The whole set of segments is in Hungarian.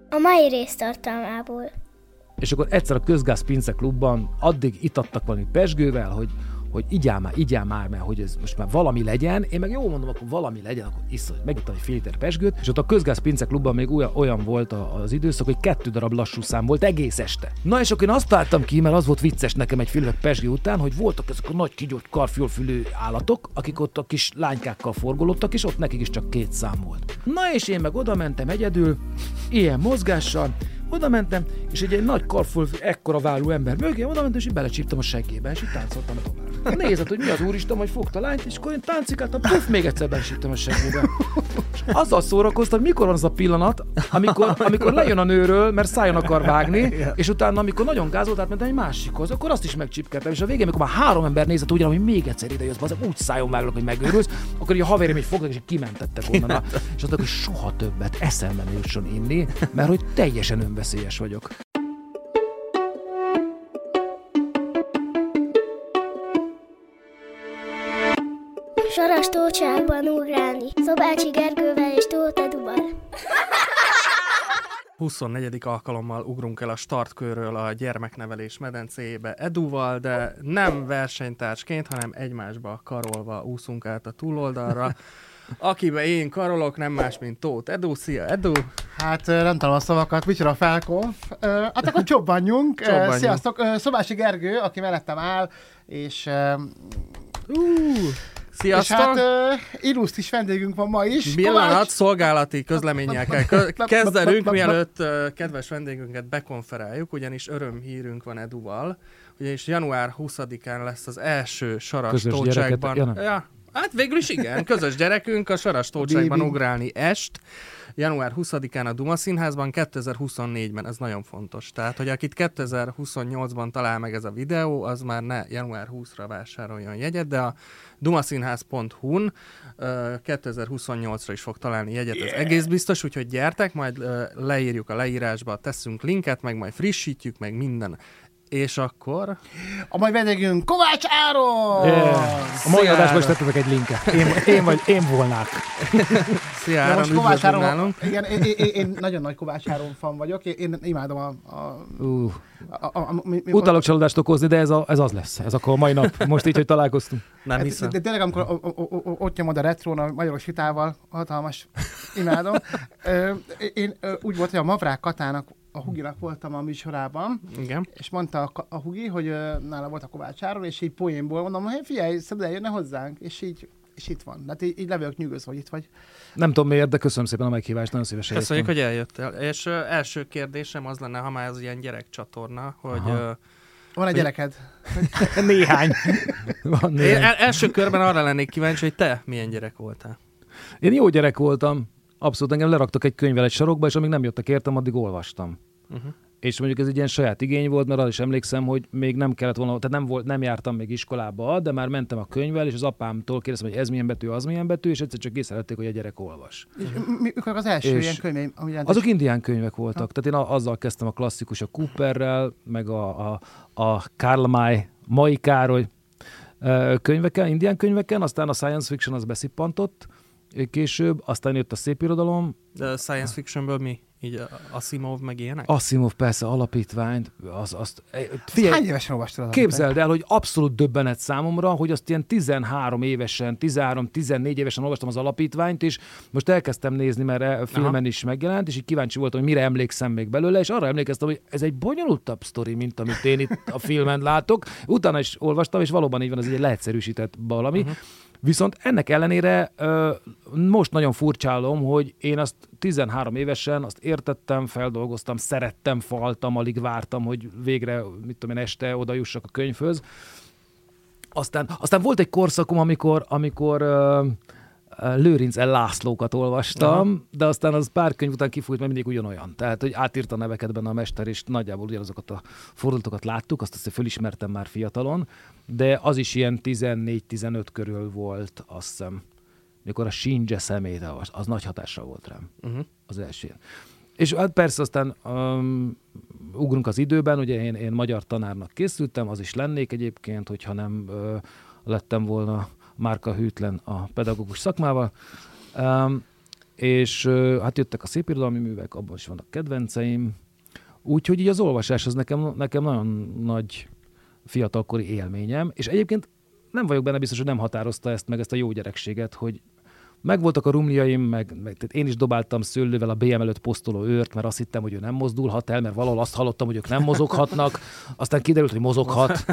A mai rész tartalmából. És akkor egyszer a Közgáz Pince Klubban addig itattak valami pezsgővel, hogy igyál már, mert hogy ez most már valami legyen. Én meg jól mondom, akkor valami legyen, akkor iszol, megittam egy fél liter pezsgőt, és ott a Közgáz Pince Klubban még olyan volt az időszak, hogy 2 darab lassú szám volt egész este. Na és akkor én azt találtam ki, mert az volt vicces nekem egy fél liter pezsgő után, hogy voltak ezek a nagy kigyott karfiolfülű állatok, akik ott a kis lánykákkal forgolódtak, és ott nekik is csak 2 szám volt. Na és én meg oda mentem egyedül, ilyen mozgással, oda mentem, és egy nagy karfölfű, ekkora vállú ember mögé oda mentem, és így belecsíptem a seggébe, és így táncoltam tovább. Nézett, hogy mi az úristen, hogy fogta a lányt, és akkor én táncikáltam, puf, még egyszer belecsíptem a seggébe. És azzal szórakoztam, hogy mikor van az a pillanat, amikor lejön a nőről, mert szájon akar vágni, és utána, amikor nagyon gázolt, átmentem egy másikhoz, akkor azt is megcsipkeltem, és a végén, amikor már 3 ember nézett, úgy, hogy még egyszer ide jössz, úgy szájon váglak, hogy megőrülsz, akkor így a haverjaim így fogtak, és kimentettek onnan. És azt mondták, hogy soha többet eszembe ne jusson inni, mert hogy teljesen önveszélyes vagyok. Saras tócsákban ugrálni, Szobácsi Gergővel és Tóth Eduval. 24. alkalommal ugrunk el a startkörről a gyermeknevelés medencéjébe Eduval, de nem versenytársként, hanem egymásba karolva úszunk át a túloldalra. Akibe én karolok, nem más, mint Tóth Edu. Szia, Edu! Hát nem találom a szavakat, micsoda felkonf. Hát akkor csobbanjunk. Sziasztok! Szobási Gergő, aki mellettem áll, és... Sziasztok! És hát illusztris vendégünk van ma is. Pillanat, szolgálati közleménnyel kell kezdenünk, mielőtt kedves vendégünket bekonferáljuk, ugyanis örömhírünk van Eduval, ugyanis január 20-án lesz az első Saras tócságban. Ja, hát végül is igen, közös gyerekünk a Saras tócságban ugrálni est. Január 20-án a Duma Színházban, 2024-ben, ez nagyon fontos. Tehát, hogy akit 2028-ban talál meg ez a videó, az már ne január 20-ra vásároljon jegyet, de a dumaszínház.hu-n 2028-ra is fog találni jegyet, ez egész biztos, úgyhogy gyertek, majd leírjuk a leírásba, teszünk linket, meg majd frissítjük, meg minden. És akkor... A mai vendégünk Kovács Áron! A mai adásban is tettetek egy linket. Én volnák. Szia Áron, most Kovács Áron, igen, én nagyon nagy Kovács Áron fan vagyok. Én imádom utalok csalódást okozni, de ez az lesz. Ez akkor a mai nap. Most így, hogy találkoztunk. Nem hiszem. De tényleg, amikor ott nyomod a retrón a magyaros hitával, hatalmas, imádom. Én úgy volt, hogy a Mavrák Katának a Huginak voltam a műsorában, igen. És mondta a Hugi, hogy nála volt a Kovács Áron, és így poénból mondom, hogy figyelj, szabad eljönne hozzánk, és itt van. Hát így le vagyok nyűgözve, hogy itt vagy. Nem tudom miért, de köszönöm szépen a meghívást, nagyon szívesen jöttem. Köszönjük, hogy eljöttél. És első kérdésem az lenne, ha már ez ilyen gyerekcsatorna, hogy... Van egy gyereked? Néhány. Van néhány. Én első körben arra lennék kíváncsi, hogy te milyen gyerek voltál. Én jó gyerek voltam. Abszolút, engem leraktak egy könyvvel egy sarokba, és amíg nem jöttek értem, addig olvastam. És mondjuk ez egy ilyen saját igény volt, mert arra is emlékszem, hogy még nem kellett volna, tehát nem jártam még iskolába, de már mentem a könyvvel, és az apámtól kérdeztem, hogy ez milyen betű, az milyen betű, és egyszer csak észrevették, hogy a gyerek olvas. És mikor az első ilyen könyv? Azok indián könyvek voltak. Tehát én azzal kezdtem a klasszikus, a Cooperrel, meg a Karl May Károly könyveken, indián könyveken, aztán a science fiction az beszippantott később, aztán jött a szépirodalom. De science fictionből mi? Így Asimov meg ilyenek? Asimov persze, alapítványt. Figyelj, hány évesen olvastad? Képzeld el, hogy abszolút döbbenet számomra, hogy azt ilyen 13-14 évesen olvastam az alapítványt, és most elkezdtem nézni, mert filmen is megjelent, és így kíváncsi voltam, hogy mire emlékszem még belőle, és arra emlékeztem, hogy ez egy bonyolultabb sztori, mint amit én itt a filmen látok. Utána is olvastam, és valóban így van, ez egy leegyszerűsített valami. Viszont ennek ellenére most nagyon furcsálom, hogy én azt 13 évesen azt értettem, feldolgoztam, szerettem, faltam, alig vártam, hogy végre, este oda jussak a könyvhöz. Aztán volt egy korszakom, amikor Lőrinc L. Lászlókat olvastam, de aztán az pár könyv után kifújt, mert mindig ugyanolyan. Tehát, hogy átírta a neveket benne a mester, és nagyjából ugyanazokat a fordulatokat láttuk, azt fölismertem már fiatalon, de az is ilyen 14-15 körül volt, azt hiszem, mikor a Shinje szemét, az nagy hatással volt rám. Az első. És hát persze aztán ugrunk az időben, ugye én magyar tanárnak készültem, az is lennék egyébként, hogyha nem lettem volna márka hűtlen a pedagógus szakmával. és hát jöttek a szépirodalmi művek, abban is vannak kedvenceim. Úgyhogy így az olvasás az nekem nagyon nagy fiatalkori élményem, és egyébként nem vagyok benne biztos, hogy nem határozta ezt a jó gyerekséget, hogy megvoltak a rumliaim, meg én is dobáltam szőlővel a BM előtt posztoló őrt, mert azt hittem, hogy ő nem mozdulhat el, mert valahol azt hallottam, hogy ők nem mozoghatnak, aztán kiderült, hogy mozoghat.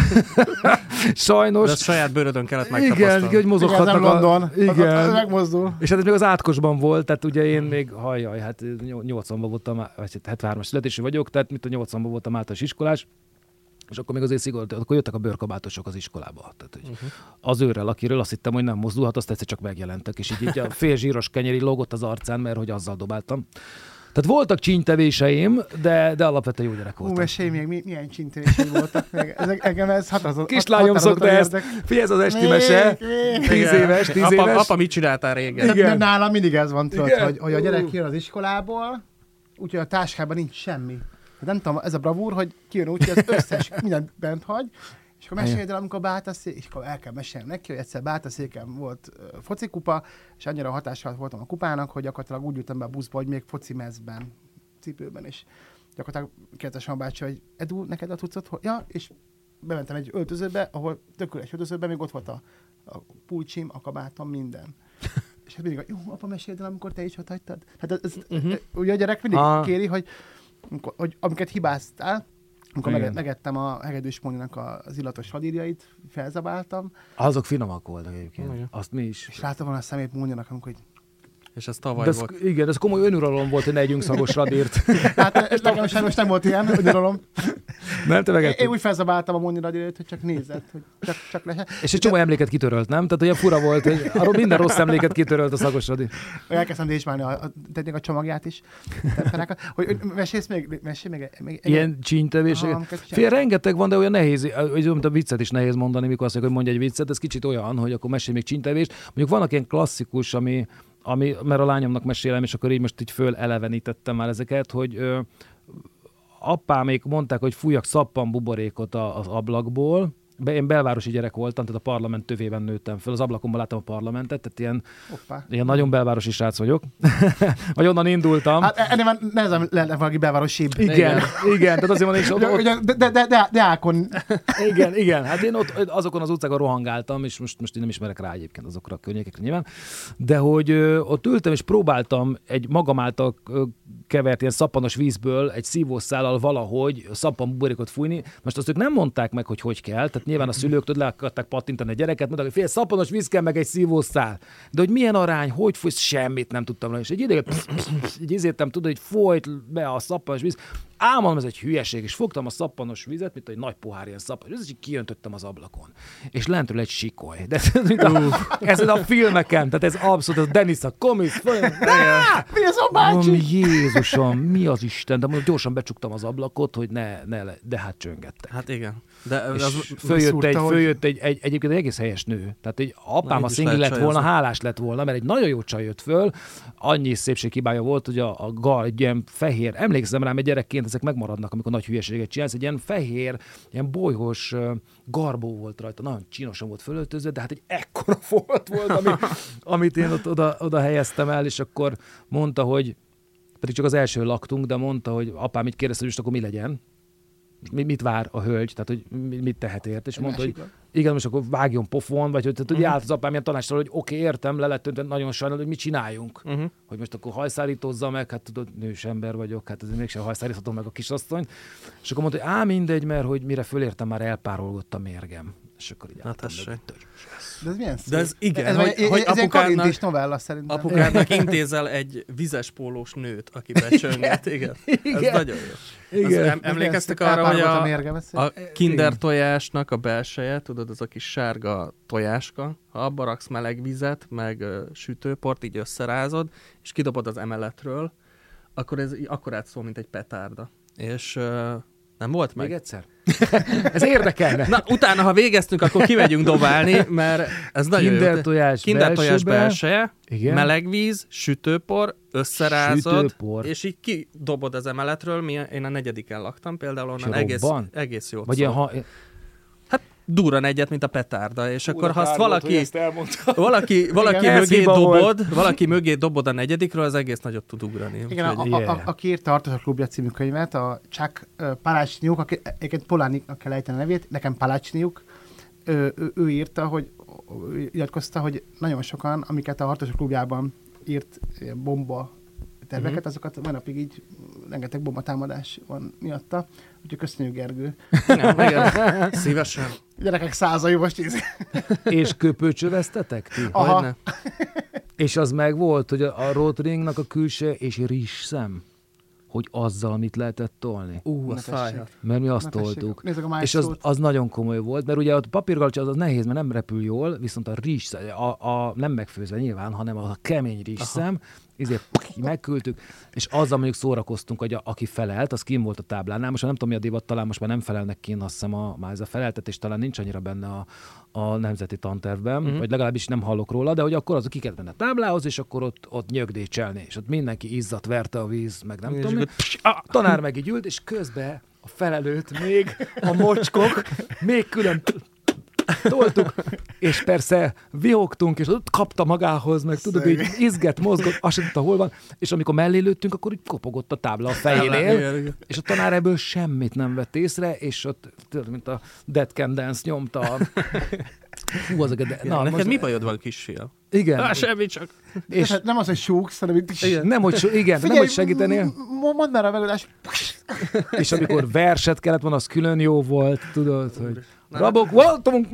Sajnos. De a saját bőrödön kellett megtapasztalni. Igen, hogy mozoghatnak. Igen. Megmozdul. És hát ez még az átkosban volt, tehát ugye én még, hát 80-ban voltam, vagy 73-as születésű vagyok, tehát mint a 80-ban voltam általános iskolás, és akkor még azért szigorúan, akkor jöttek a bőrkabátosok az iskolába. Tehát, az őrrel, akiről azt hittem, hogy nem mozdulhat, azt egyszer csak megjelentek, és így a fél zsíros kenyeri lógott az arcán, mert hogy azzal dobáltam. Tehát voltak csínytevéseim, de alapvetően jó gyerek voltam. Mesélj még, milyen csínytevéseim voltak még. Engem ez határozott. Kislányom szokta ezt. Figyelj, ez az esti mese. 10 éves. Apa, mit csináltál régen? Nálam mindig ez van, tudod, hogy a gyerek jön az iskolából, úgyhogy a táskában nincs semmi. Nem tudom, ez a bravúr, hogy kijön úgy, hogy az összes mindent bent hagy, és akkor meséld el, amikor Báltaszék, és akkor el kell mesélni neki, hogy egyszer Báltaszéken volt focikupa, és annyira hatással voltam a kupának, hogy gyakorlatilag úgy ültem be a buszba, hogy még foci mezben, cipőben is. Gyakorlatilag kérdeztem a bácsi, hogy Edu, neked a tucot? Ja, és bementem egy öltözőbe, ahol tökéletes öltözőben még ott volt a pulcsim, a kabátom, minden. És hát mindig, jó, apa, meséld el, amikor te is ott hagytad. Hát ugye a gyerek mindig kéri, hogy amiket hibáztál, amikor megettem a Hegedűs Móninak az illatos vadírjait, felzabáltam. Azok finomak voltak egyébként. Azt mi is. És láttam volna a szemét Móninak, amikor És ez tavaly volt. Igen, ez komoly önuralom volt, hogy ne együnk szagos radírt. Hát nekem sajnos nem volt ilyen önuralom. Nem, te megetted. Én úgy felzabáltam a Móni radírt, hogy csak nézett, hogy csak lesen. És egy csomó emléket kitörölt, nem? Tehát olyan fura volt, hogy arról minden rossz emléket kitörölt a szagos radír. Elkezdtem dézsmálni a csomagját is. Hogy mesélsz még? Ilyen csínytevések. Fél, rengeteg van, de olyan nehéz, mint a viccet is nehéz mondani, mikor azt mondja, hogy mondj egy viccet, ez kicsit olyan, hogy akkor mesélj még csínytevést. Mondjuk vannak ilyen klasszikus, ami, mert a lányomnak mesélem, és akkor így most így fölelevenítettem már ezeket, hogy apámék mondták, hogy fújjak szappan buborékot az ablakból. Én belvárosi gyerek voltam, tehát a parlament tövében nőttem föl. Az ablakomban láttam a parlamentet, tehát ilyen nagyon belvárosi srác vagyok. Vagy onnan indultam. Hát ennél már nehezen lenne valaki belvárosibb. Igen, tehát azért van is de Ákon. Igen. Hát én ott azokon az utcákon rohangáltam, és most én nem ismerek rá egyébként azokra a környékekre nyilván. De hogy ott ültem, és próbáltam egy magam által kevert ilyen szappanos vízből egy szívószállal valahogy szappan buborékot fújni. Most azt ők nem mondták meg, hogy kell, tehát nyilván a szülők le akarták pattintani a gyereket, mondták, hogy fél szappanos víz kell, meg egy szívószál. De hogy milyen arány, hogy fújsz, semmit nem tudtam rá. És egy ideig így izéltem, tudod, hogy folyt be a szappanos víz. Álmodom, ez egy hülyeség, és fogtam a szappanos vizet, mint egy nagy pohár ilyen szappanos vizet, és kijöntöttem az ablakon. És lentről egy sikoly. De ez a filmeken, tehát ez abszolút, ez Dennis a komisz. Mi az a bácsi? Jézusom, mi az Isten? De gyorsan becsuktam az ablakot, hogy de hát csöngettek. Hát igen. De följött egyébként egy egész helyes nő. Tehát egy apám, ha szingli lett volna, hálás lett volna, mert egy nagyon jó csaj jött föl, annyi szépséghibája volt, hogy a gal egy ilyen fehér, emlékszem rám, egy gyerekként ezek megmaradnak, amikor nagy hülyeséget csinálsz, egy ilyen fehér, ilyen bolyhos garbó volt rajta, nagyon csinosan volt fölöltözve, de hát egy ekkora folt volt, amit én oda helyeztem el, és akkor mondta, hogy pedig csak az első laktunk, de mondta, hogy apám így kérdezte, hogy most akkor mi legyen. Mit vár a hölgy, tehát hogy mit tehet ért, és mondta, hogy igen, most akkor vágjon pofon, vagy hogy állt az apám ilyen tanácsra, hogy oké, értem, le lett nagyon sajnálom, hogy mit csináljunk. Hogy most akkor hajszárítózza meg, hát tudod, nős ember vagyok, hát ez mégsem hajszáríthatom meg a kisasszonyt. És akkor mondta, hogy mindegy, mert hogy mire fölértem, már elpárolgott a mérgem. És akkor így álltam. De ez milyen szép? De ez igen, ez hogy apukádnak, novella szerintem. Apukádnak intézel egy vizes pólós nőt, aki becsönget. Igen. Ez nagyon jó. Igen. Emlékeztek arra, hogy a Kinder tojásnak a belseje, tudod, az a kis sárga tojáska, ha abba raksz meleg vizet, meg sütőport, így összerázod, és kidobod az emeletről, akkor ez akkorát szól, mint egy petárda. És nem volt meg? Még egyszer? Ez érdekelne. Na, utána, ha végeztünk, akkor kimegyünk dobálni, mert ez nagyon Kinder tojás belseje, meleg víz, sütőpor, összerázod, és így kidobod az emeletről. Én a 4. laktam, például onnan egész jó. Vagy ilyen durran egyet, mint a petárda, és akkor ha azt valaki mögé dobod a negyedikről, az egész nagyot tud ugrani. Igen, aki írta a Harcosok klubja című könyvet, a Chuck Palahniuk, akinek Polániknak kell ejteni a nevét, nekem Palahniuk, ő írta, hogy nyilatkozta, hogy nagyon sokan, amiket a Harcosok klubjában írt bomba terveket, azokat mai napig így rengeteg bombatámadás van miatta. Úgyhogy köszönjük, Gergő. Igen, szívesen. Gyerekek százai most íz. És köpőcsöveztetek ti? Aha. És az meg volt, hogy a Rotringnak a külse és rizsszem, hogy azzal mit lehetett tolni. Az fájhat. Mert mi azt toltuk. És az nagyon komoly volt, mert ugye a papírgalcsa az nehéz, mert nem repül jól, viszont a rizsszem, nem megfőzve nyilván, hanem a kemény rizsszem, ezért megküldtük, és azzal mondjuk szórakoztunk, hogy aki felelt, az kín volt a táblánál. Most nem tudom, mi a divat, talán most már nem felelnek kín, azt hiszem már ez a feleltetés talán nincs annyira benne a nemzeti tantervben, vagy legalábbis nem hallok róla, de hogy akkor az ki kellett menni a táblához, és akkor ott nyögdécselni, és ott mindenki izzadt, verte a víz, meg nem tudom. A tanár meg így ült, és közben a felelőt még a mocskok, még külön toltuk, és persze vihogtunk, és ott kapta magához, meg tudod, így izgett, mozgott, azt sem tudta, hol van, és amikor mellé lőttünk, akkor így kopogott a tábla a fejénél, és a tanár ebből semmit nem vett észre, és ott, tudod, mint a Dead Can Dance nyomta. Neked mi bajod van, kisfiam? Igen. Semmi csak. És hát nem az, hogy súgsz, hanem itt... Nem, hogy segítenél. Mondd már a megoldás. És amikor verset kellett volna, az külön jó volt, tudod, hogy rabok voltunk,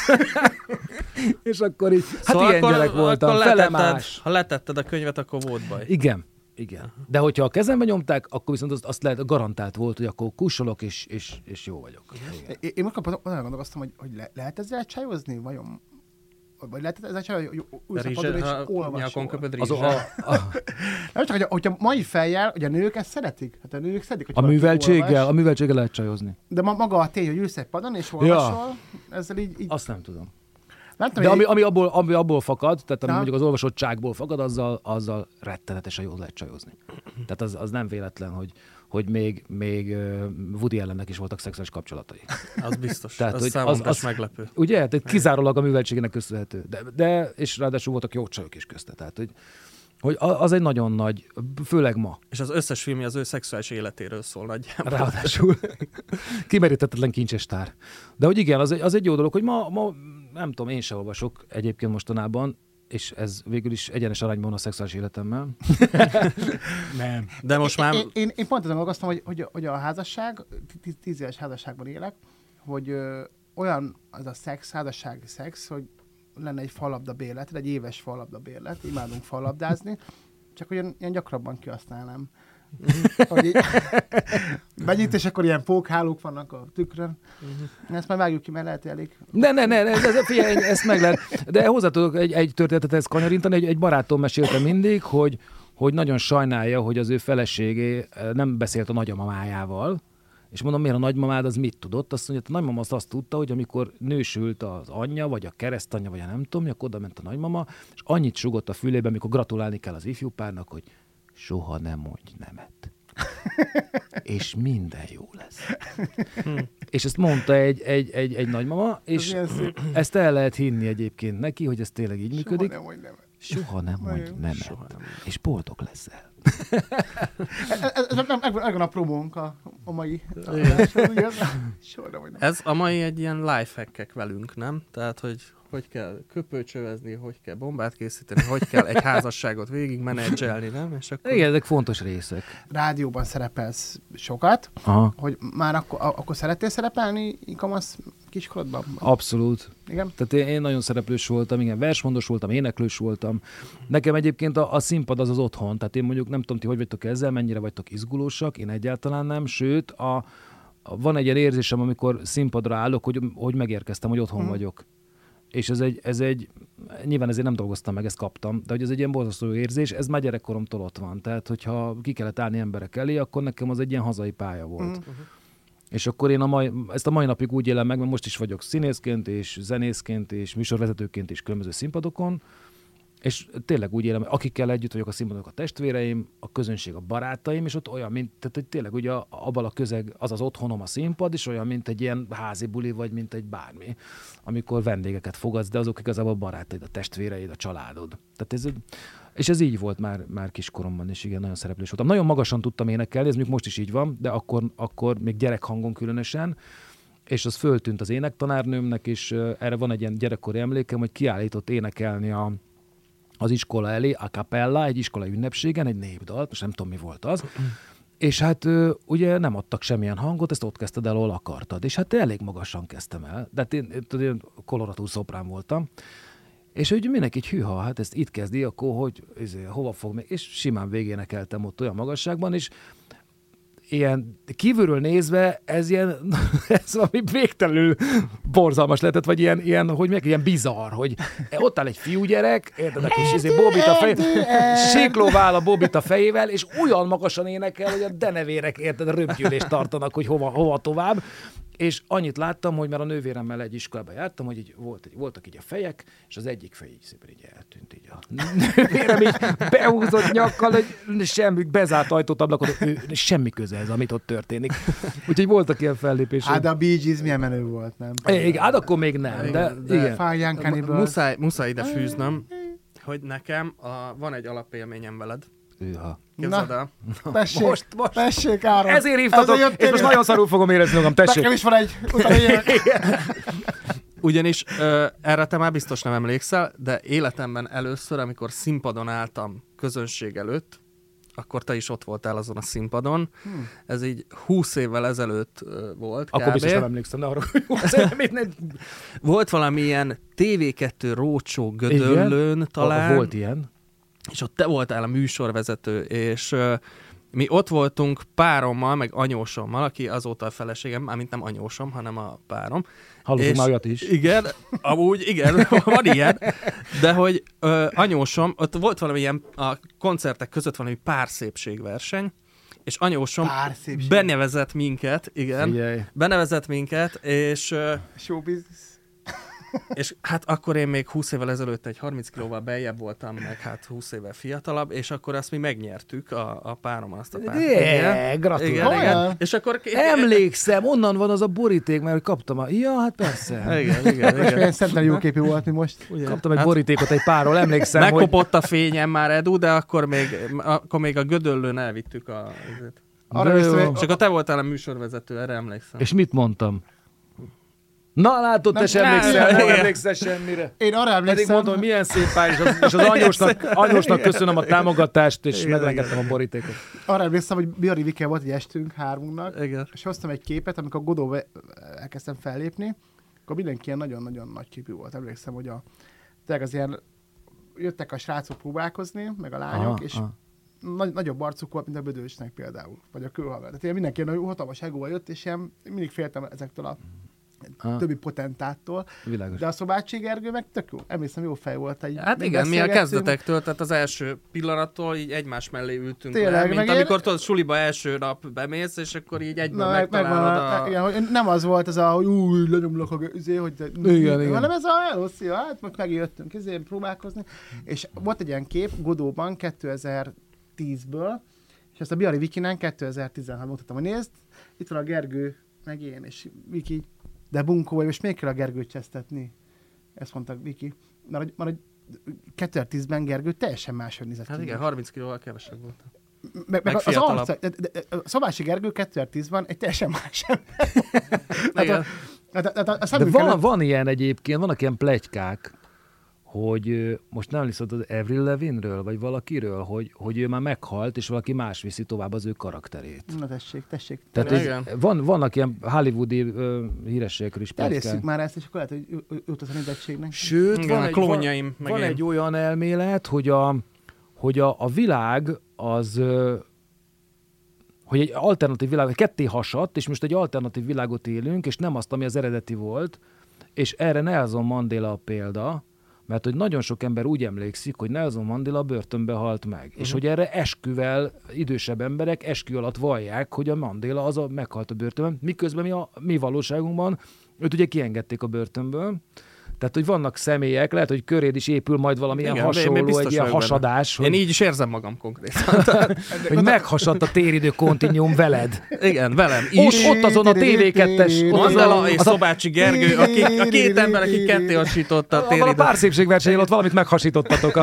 és akkor így, hát szóval ilyen gyerek voltam, felemás. Ha letetted a könyvet, akkor volt baj. Igen. De hogyha a kezembe nyomták, akkor viszont azt lehet, garantált volt, hogy akkor kussolok, és jó vagyok. Én most olyan gondolkoztam, hogy lehet ezzel csajozni, vajon? Vagy lehet ezzel csajozni, hogy ülsz a padon és olvasol? Nem csak, hogyha mai fejjel, hogy a nők ezt szeretik. Hát a nők szeretik, hogy a műveltséggel lehet csajozni. De maga a tény, hogy ülsz egy padon és olvasol, ezzel így... Azt nem tudom. De ami abból fakad, tehát ami mondjuk az olvasottságból fakad, azzal rettenetesen jól lehet csajozni. Tehát az nem véletlen, hogy még Woody Allennek is voltak szexuális kapcsolatai. Az biztos. Tehát, az számomra meglepő. Ugye? Tehát kizárólag a műveltségének köszönhető. De és ráadásul voltak jó csajok is közte. Tehát, hogy az egy nagyon nagy, főleg ma. És az összes filmje az ő szexuális életéről szól nagyjából. Ráadásul kimeríthetetlen kincsestár. De hogy igen, az egy jó dolog, hogy ma nem tudom, én se olvasok egyébként mostanában, és ez végül is egyenes arányban a szexuális életemmel. Nem. De most már... Én pont ezen dolgoztam, hogy a házasság, 10 éves házasságban élek, hogy olyan az a házassági szex, hogy lenne egy falabda bérlet, egy éves falabda bérlet, imádunk falabdázni, csak hogy ilyen gyakrabban kihasználnám. Benyit, és akkor ilyen pókhálók vannak a tükrön. Ezt már vágjuk ki, mert lehet elég. Ne, figyelj, ezt meg lehet. De hozzá tudok egy történetet ezt kanyarintani, egy barátom mesélte mindig, hogy nagyon sajnálja, hogy az ő feleségé nem beszélt a nagymamájával, és mondom, miért a nagymamád az mit tudott? Azt mondja, a nagymama azt tudta, hogy amikor nősült az anyja, vagy a keresztanyja, vagy a nem tudom, akkor oda ment a nagymama, és annyit sugott a fülébe, amikor gratulálni kell az ifjú párnak, hogy soha nem mondj nemet. És minden jó lesz. És ezt mondta egy nagymama, és ezt el lehet hinni egyébként neki, hogy ez tényleg így működik. Soha nem mondj nemet. És boldog leszel. Megvan a promónk a mai Ez a mai egy ilyen lifehack-ek velünk, nem? Tehát, hogy kell köpőcsövezni, hogy kell bombát készíteni, hogy kell egy házasságot végig menedzselni, nem? És akkor... Igen, ezek fontos részek. Rádióban szerepelsz sokat, hogy már akkor szerettél szerepelni kamasz kiskorodban? Abszolút. Igen? Tehát én nagyon szereplős voltam, igen, versmondos voltam, éneklős voltam. Nekem egyébként a színpad az otthon, tehát én mondjuk nem tudom, ti hogy vagytok ezzel, mennyire vagytok izgulósak, én egyáltalán nem, sőt, van egy ilyen érzésem, amikor színpadra állok, hogy megérkeztem, hogy otthon vagyok. És ez egy, nyilván ezért nem dolgoztam meg, ezt kaptam, de hogy ez egy ilyen borzasztó érzés, ez már gyerekkoromtól ott van. Tehát, hogyha ki kellett állni emberek elé, akkor nekem az egy ilyen hazai pálya volt. És akkor én ezt a mai napig úgy élem meg, mert most is vagyok színészként, és zenészként, és műsorvezetőként, és különböző színpadokon, És tényleg úgy élem, akikkel együtt vagyok a színpadon, a testvéreim, a közönség, a barátaim, és ott olyan, mint, tehát hogy tényleg ugye abban a közeg, az az otthonom a színpad, és olyan, mint egy ilyen házi buli, vagy mint egy bármi, amikor vendégeket fogadsz, de azok igazából barátaid, a testvéreid, a családod. Tehát és ez így volt már kiskoromban, és igen, nagyon szereplős voltam. Nagyon magasan tudtam énekelni, ez még most is így van, de akkor még gyerekhangon különösen, és az föltűnt az énektanárnőmnek, és erre van egy ilyen gyerekkori emlékem, hogy kiállított énekelni az iskola elé, a cappella, egy iskolai ünnepségen, egy népdalt, most nem tudom, mi volt az, és hát ugye nem adtak semmilyen hangot, ezt ott kezdted el, ahol akartad, és hát elég magasan kezdtem el, de hát én koloratú szoprán voltam, és hogy mindenki egy hűha, hát ezt itt kezdi, akkor hogy hova fog még, és simán végénekeltem ott olyan magasságban, és ilyen kívülről nézve ez valami végtelenül borzalmas lehetett, vagy ilyen hogy meg ilyen bizarr, hogy ott áll egy fiúgyerek, érted, a kis bobita siklóvál a bobita fejével, és olyan magasan énekel, hogy a denevérek, érted, röpgyűlést tartanak, hogy hova tovább. És annyit láttam, hogy már a nővéremmel egy iskolába jártam, hogy így voltak így a fejek, és az egyik fej így szépen így eltűnt, így a nővérem így behúzott nyakkal, hogy semmi, bezárt ajtótablakot, semmi köze ez, amit ott történik. Úgyhogy voltak ilyen fellépések. Hát a Bee Gees milyen menő volt, nem? Igen, hát akkor még nem, de igen. Muszáj ide fűznöm, hogy nekem van egy alapélményem veled. Képzeld el. Tessék, Áron. Ezért hívtatok, és most nagyon szarul fogom érezni magam, tessék. Nekem is van egy Ugyanis erre te már biztos nem emlékszel, de életemben először, amikor színpadon álltam közönség előtt, akkor te is ott voltál azon a színpadon. Ez így 20 évvel ezelőtt volt. Akkor biztos nem emlékszem, de arra, hogy volt valamilyen TV2 rócsó Gödöllőn talán. Volt ilyen. És ott te voltál a műsorvezető, és mi ott voltunk párommal, meg anyósommal, aki azóta a feleségem, mármint nem anyósom, hanem a párom. Hallottunk már olyat is. Igen, amúgy igen, van ilyen, de hogy anyósom, ott volt valamilyen a koncertek között valami párszépségverseny, és anyósom benevezett minket, igen, Figyelj. benevezett minket, és showbiz. És hát akkor én még 20 évvel ezelőtt egy 30 kilóval beljebb voltam, meg hát 20 évvel fiatalabb, és akkor azt mi megnyertük a párom azt a párt. Gratulálok. Igen. És akkor... Emlékszem, onnan van az a boríték, mert kaptam Ja, hát persze. Igen. És milyen szenten jóképű volt mi most. Ugye? Kaptam egy borítékot egy párról, emlékszem, megkopott a fényem már, Edu, de akkor még a Gödöllőn elvittük és akkor te voltál a műsorvezető, erre emlékszem. És mit mondtam? Na, látod, te sem emlékszel semmire. Én arra emlékszem. Pedig mondom, hogy milyen szép pár, és az anyósnak köszönöm a támogatást, és megrengettem a borítékot. Arra emlékszem, hogy Biari Vike volt egy estünk hármunknak, Igen. és hoztam egy képet, amikor Godóba elkezdtem fellépni, akkor mindenki ilyen nagyon-nagyon nagy képű volt. Emlékszem, hogy tényleg az ilyen jöttek a srácok próbálkozni, meg a lányok, és nagyobb arcuk volt, mint a Bödösnek például, vagy a Kőhaver. Tehát mindenki ilyen hatalmas egóval jött, és ilyen mindig féltem ezektől a többi potentáttól. Világos. De a Szobácsi Gergő meg tök jó. Emlékszem, jó fej volt. Hát igen, mi a kezdetektől, tehát az első pillanattól így egymás mellé ültünk tényleg, le, mint amikor tudod, suliba első nap bemész, és akkor így egyből megtalálod igen, hogy nem az volt ez hogy lenyomlak a igen. hanem ez hello, szia, hát meg megjöttünk próbálkozni. És volt egy ilyen kép Godóban 2010-ből, és ezt a Biari Vikinen 2016-ban mutattam, hogy nézd, itt van a Gergő, meg én, és Viki, de bunkó vagy, és még kell a Gergőt csesztetni. Ezt mondta Viki. Mert 2010-ben Gergő teljesen máshogy nézett ki. Hát igen, 30 kilóval kevesebb volt. Meg az arca, a Szobási Gergő 2010-ben egy teljesen más ember. De van ilyen egyébként, vannak ilyen pletykák, hogy most nem hiszed az Avril Lavigneről, vagy valakiről, hogy ő már meghalt, és valaki más viszi tovább az ő karakterét. Na tessék. Tehát vannak ilyen hollywoodi hírességekről is pletykák. Terjesszük már ezt, és akkor lehet, hogy jut az a nézettségnek. Sőt, igen, van egy olyan elmélet, hogy a világ az... hogy egy alternatív világ, ketté hasadt, és most egy alternatív világot élünk, és nem azt, ami az eredeti volt, és erre Nelson Mandela a példa, mert hogy nagyon sok ember úgy emlékszik, hogy Nelson Mandela börtönbe halt meg. És hogy erre esküvel idősebb emberek eskü alatt vallják, hogy a Mandela az meghalt a börtönben, miközben mi valóságunkban őt ugye kiengedték a börtönből. Tehát, hogy vannak személyek, lehet, hogy köréd is épül majd valamilyen hasonló, egy ilyen hasadás. Én így is érzem magam konkrétan. Hogy meghasadt a téridő kontinuum veled. Igen, velem is. Ott azon a TV2-es... Mondd el és Szobácsi Gergő, a két ember, aki ketté hasította a téridőt. A párszépségversenyen ott valamit meghasítottatok.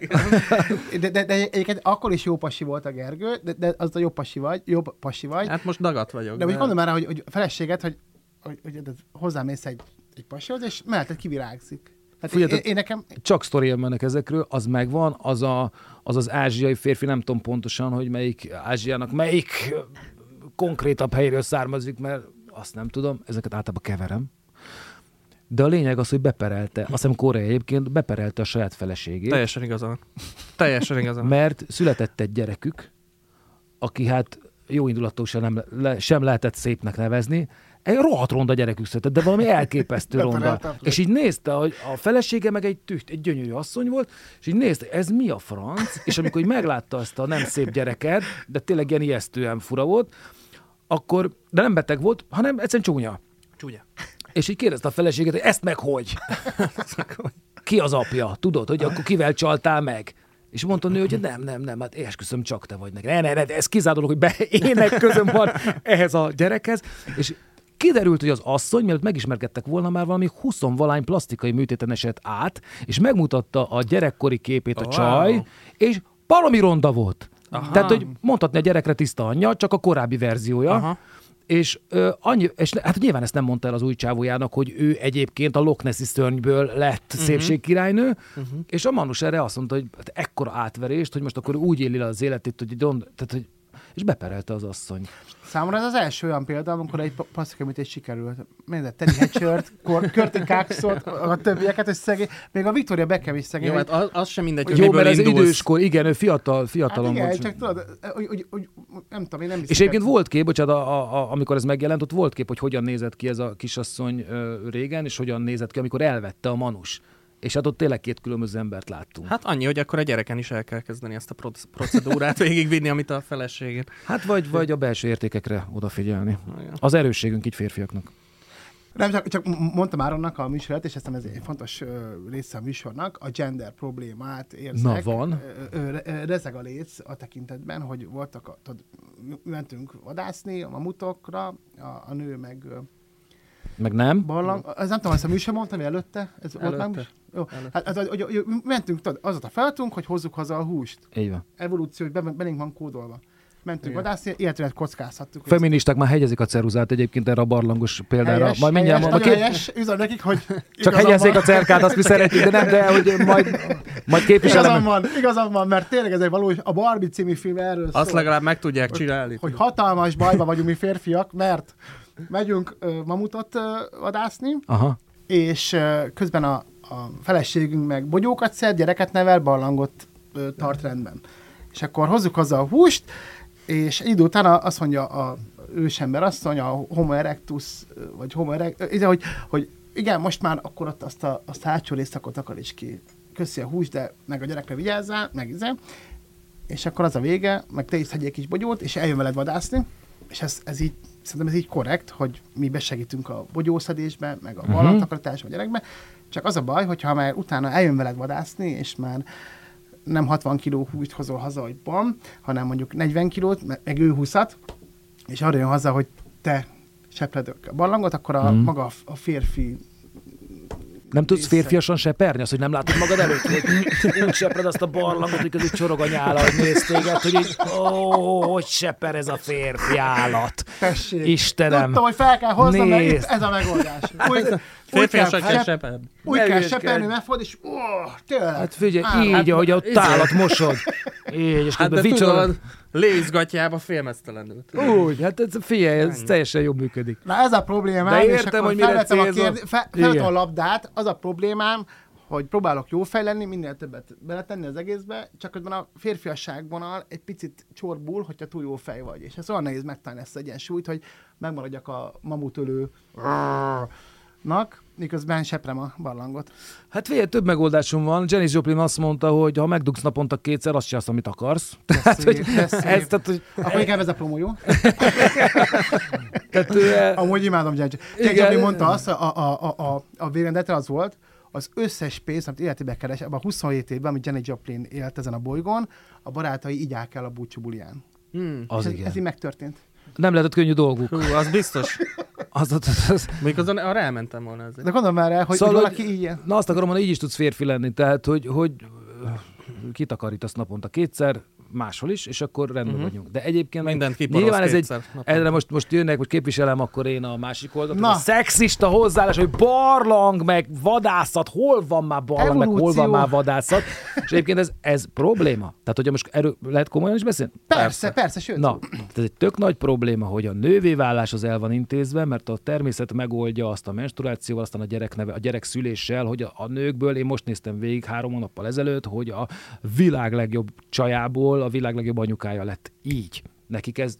De egyébként akkor is jó pasi volt a Gergő, de az a jobb pasi vagy. Hát most dagat vagyok. De most mondom már, hogy a feleséget, hogy hozzámész egy pasihoz, és mellett kivirágzik. Hát Figyelj, én nekem... Csak sztoriam mennek ezekről, az megvan, az ázsiai férfi, nem tudom pontosan, hogy melyik Ázsiának, melyik konkrétabb helyről származik, mert azt nem tudom, ezeket általában keverem. De a lényeg az, hogy beperelte, azt hiszem Korea egyébként beperelte a saját feleségét. Teljesen igazán. Teljesen igazán. Mert született egy gyerekük, aki hát jó indulatú sem lehetett szépnek nevezni, egy rohadt ronda gyerekük született, de valami elképesztő ronda. És így nézte, hogy a felesége meg egy gyönyörű asszony volt, és így nézte, ez mi a franc? És amikor így meglátta azt a nem szép gyereket, de tényleg ilyen ijesztően fura volt, akkor, de nem beteg volt, hanem egyszerűen csúnya. Csúnya. És így kérdezte a feleséget, hogy ezt meg hogy? Ki az apja? Tudod, hogy akkor kivel csaltál meg? És mondta a nő, hogy nem, hát esküszöm, csak te vagy neki. Ne, ez kizárólag, hogy ének közöm van ehhez a gyerekhez. És kiderült, hogy az asszony, mielőtt megismerkedtek volna, már valami 20-valány plastikai műtéten esett át, és megmutatta a gyerekkori képét a csaj, és baromi ronda volt. Aha. Tehát, hogy mondhatni a gyerekre tiszta anyja, csak a korábbi verziója. Aha. És hát nyilván ezt nem mondta el az új csávójának, hogy ő egyébként a Loch Nessi szörnyből lett szépségkirálynő, és a Manus erre azt mondta, hogy hát ekkora átverést, hogy most akkor úgy éli le az életét, hogy és beperelte az asszony. Számomra ez az első olyan példa, amikor egy plastikaműtés sikerült. Minden Teddy Hatchert, Curtin Coxot, a többieket, hogy szegény, még a Victoria Beckham is szegény. Jó, hát az sem mindegy, hogy jó, mert ez indulsz. időskor, igen, ő fiatalon hát igen, volt. csak tudod, hogy nem tudom, én nem és egyébként volt kép, bocsánat, amikor ez megjelent, ott volt kép, hogy hogyan nézett ki ez a kisasszony régen, és hogyan nézett ki, amikor elvette a Manus. És hát ott tényleg két különböző embert láttunk. Hát annyi, hogy akkor a gyereken is el kell kezdeni ezt a procedúrát végigvinni, amit a feleségén. Hát vagy a belső értékekre odafigyelni. Az erősségünk így férfiaknak. Nem, csak mondtam Áronnak a műsorát, és ez egy fontos része a műsornak, a gender problémát érzek. Na van. Rezeg a léc a tekintetben, hogy voltak, mentünk vadászni a mamutokra, a nő meg nem? Barlang. Az nem tudom, ezt a műsor mondtam, előtte? Ez volt már jó. Hát, mentünk, az a feladatunk, hogy hozzuk haza a húst. Így van. Evolúció, hogy belénk van kódolva. Mentünk vadászni, illetve kockázhattuk. Feministák már hegyezik a ceruzát egyébként erre a barlangos példára. Helyes, majd mindjárt helyes, üzem nekik, hogy csak hegyezzék a cerkát, azt mi szeretjük, de nem, de hogy majd képviselem. Igazam van, mert tényleg ez egy valós, a Barbie című film erről szól. Azt legalább meg tudják csinálni. Hogy hatalmas bajba vagyunk mi férfiak, mert megyünk mamutot vadászni, és közben a feleségünk meg bogyókat szed, gyereket nevel, barlangot tart rendben. És akkor hozzuk hozzá a húst, és egy idő után azt mondja a ősember asszony, a Homo erectus, vagy Homo erectus, hogy igen, most már akkor ott azt a hátsó részszakot akaríts ki. Köszi a húst, de meg a gyerekre vigyázzál, meg és akkor az a vége, meg te is szedjél kis bogyót, és eljön veled vadászni, és ez így, szerintem ez így korrekt, hogy mi besegítünk a bogyószedésbe, meg a barlangtakarításba a gyerekbe, csak az a baj, hogyha már utána eljön veled vadászni, és már nem 60 kiló húst hozol haza, hogy bam, hanem mondjuk 40 kilót, meg ő 20-at, és arra jön haza, hogy te sepled a barlangot, akkor maga a férfi... Nem tudsz férfiasan seperni? Azt, hogy nem látod magad előtt, hogy úgy sepred azt a barlangot, hogy között csorog a nyála, hogy néz téged, hogy így, hogy seper ez a férfi állat. Tessék. Istenem. Tudtam, hogy fel kell hoznom, mert itt ez a megoldás. Férfiasan kell seperni. Úgy kell seperni, megfogod, és tényleg. Hát figyelj, így, ahogy a tálat mosod. Így, és hát de tudod, lézgatjába félmeztelenül. Úgy, hát figyelj, ez teljesen jobb működik. Na ez a problémám, de értem, hogy mire célzol. Felvettem a labdát, az a problémám, hogy próbálok jó fej lenni, minél többet beletenni az egészbe, csak közben a férfiasságvonal egy picit csorbul, hogyha túl jó fej vagy. És ez olyan nehéz megtalálni ezt az egyensúlyt, hogy megmaradjak a mamutölőnak, miközben seprem a barlangot. Hát figyelj, több megoldásom van. Janis Joplin azt mondta, hogy ha megdugsz naponta kétszer, azt csinálsz, amit akarsz. Akkor inkább ez a promó, jó? Amúgy imádom Janis. Joplin mondta azt, a végrendetre az volt, az összes pénzt, amit életében keres, abban a 27 évben, amit Janis Joplin élt ezen a bolygón, a barátai igyák el a búcsú buliján. Ez így megtörtént. Nem lehetett könnyű dolguk. Hú, az biztos. Még azon arra elmentem volna ezért. De gondolom már el, hogy szóval, valaki ilyen. Na azt akarom mondani, így is tudsz férfi lenni, tehát hogy kitakarítasz naponta 2-szer, máshol is, és akkor rendben vagyunk. De egyébként mindent nyilván ez egy, naponta. erre most jönnek, hogy képviselem akkor én a másik oldalt. A szexista hozzáállás, hogy barlang, meg vadászat, hol van már barlang, meg hol van már vadászat. És egyébként ez probléma. Tehát, hogy most erről lehet komolyan is beszélni? Persze, sőt. Na, ez egy tök nagy probléma, hogy a nővévállás az el van intézve, mert a természet megoldja azt a menstruációval, aztán a gyerek szüléssel, hogy a nőkből, én most néztem végig 3 hónappal ezelőtt, hogy a világ legjobb csajából a világ legjobb anyukája lett így. Nekik ezt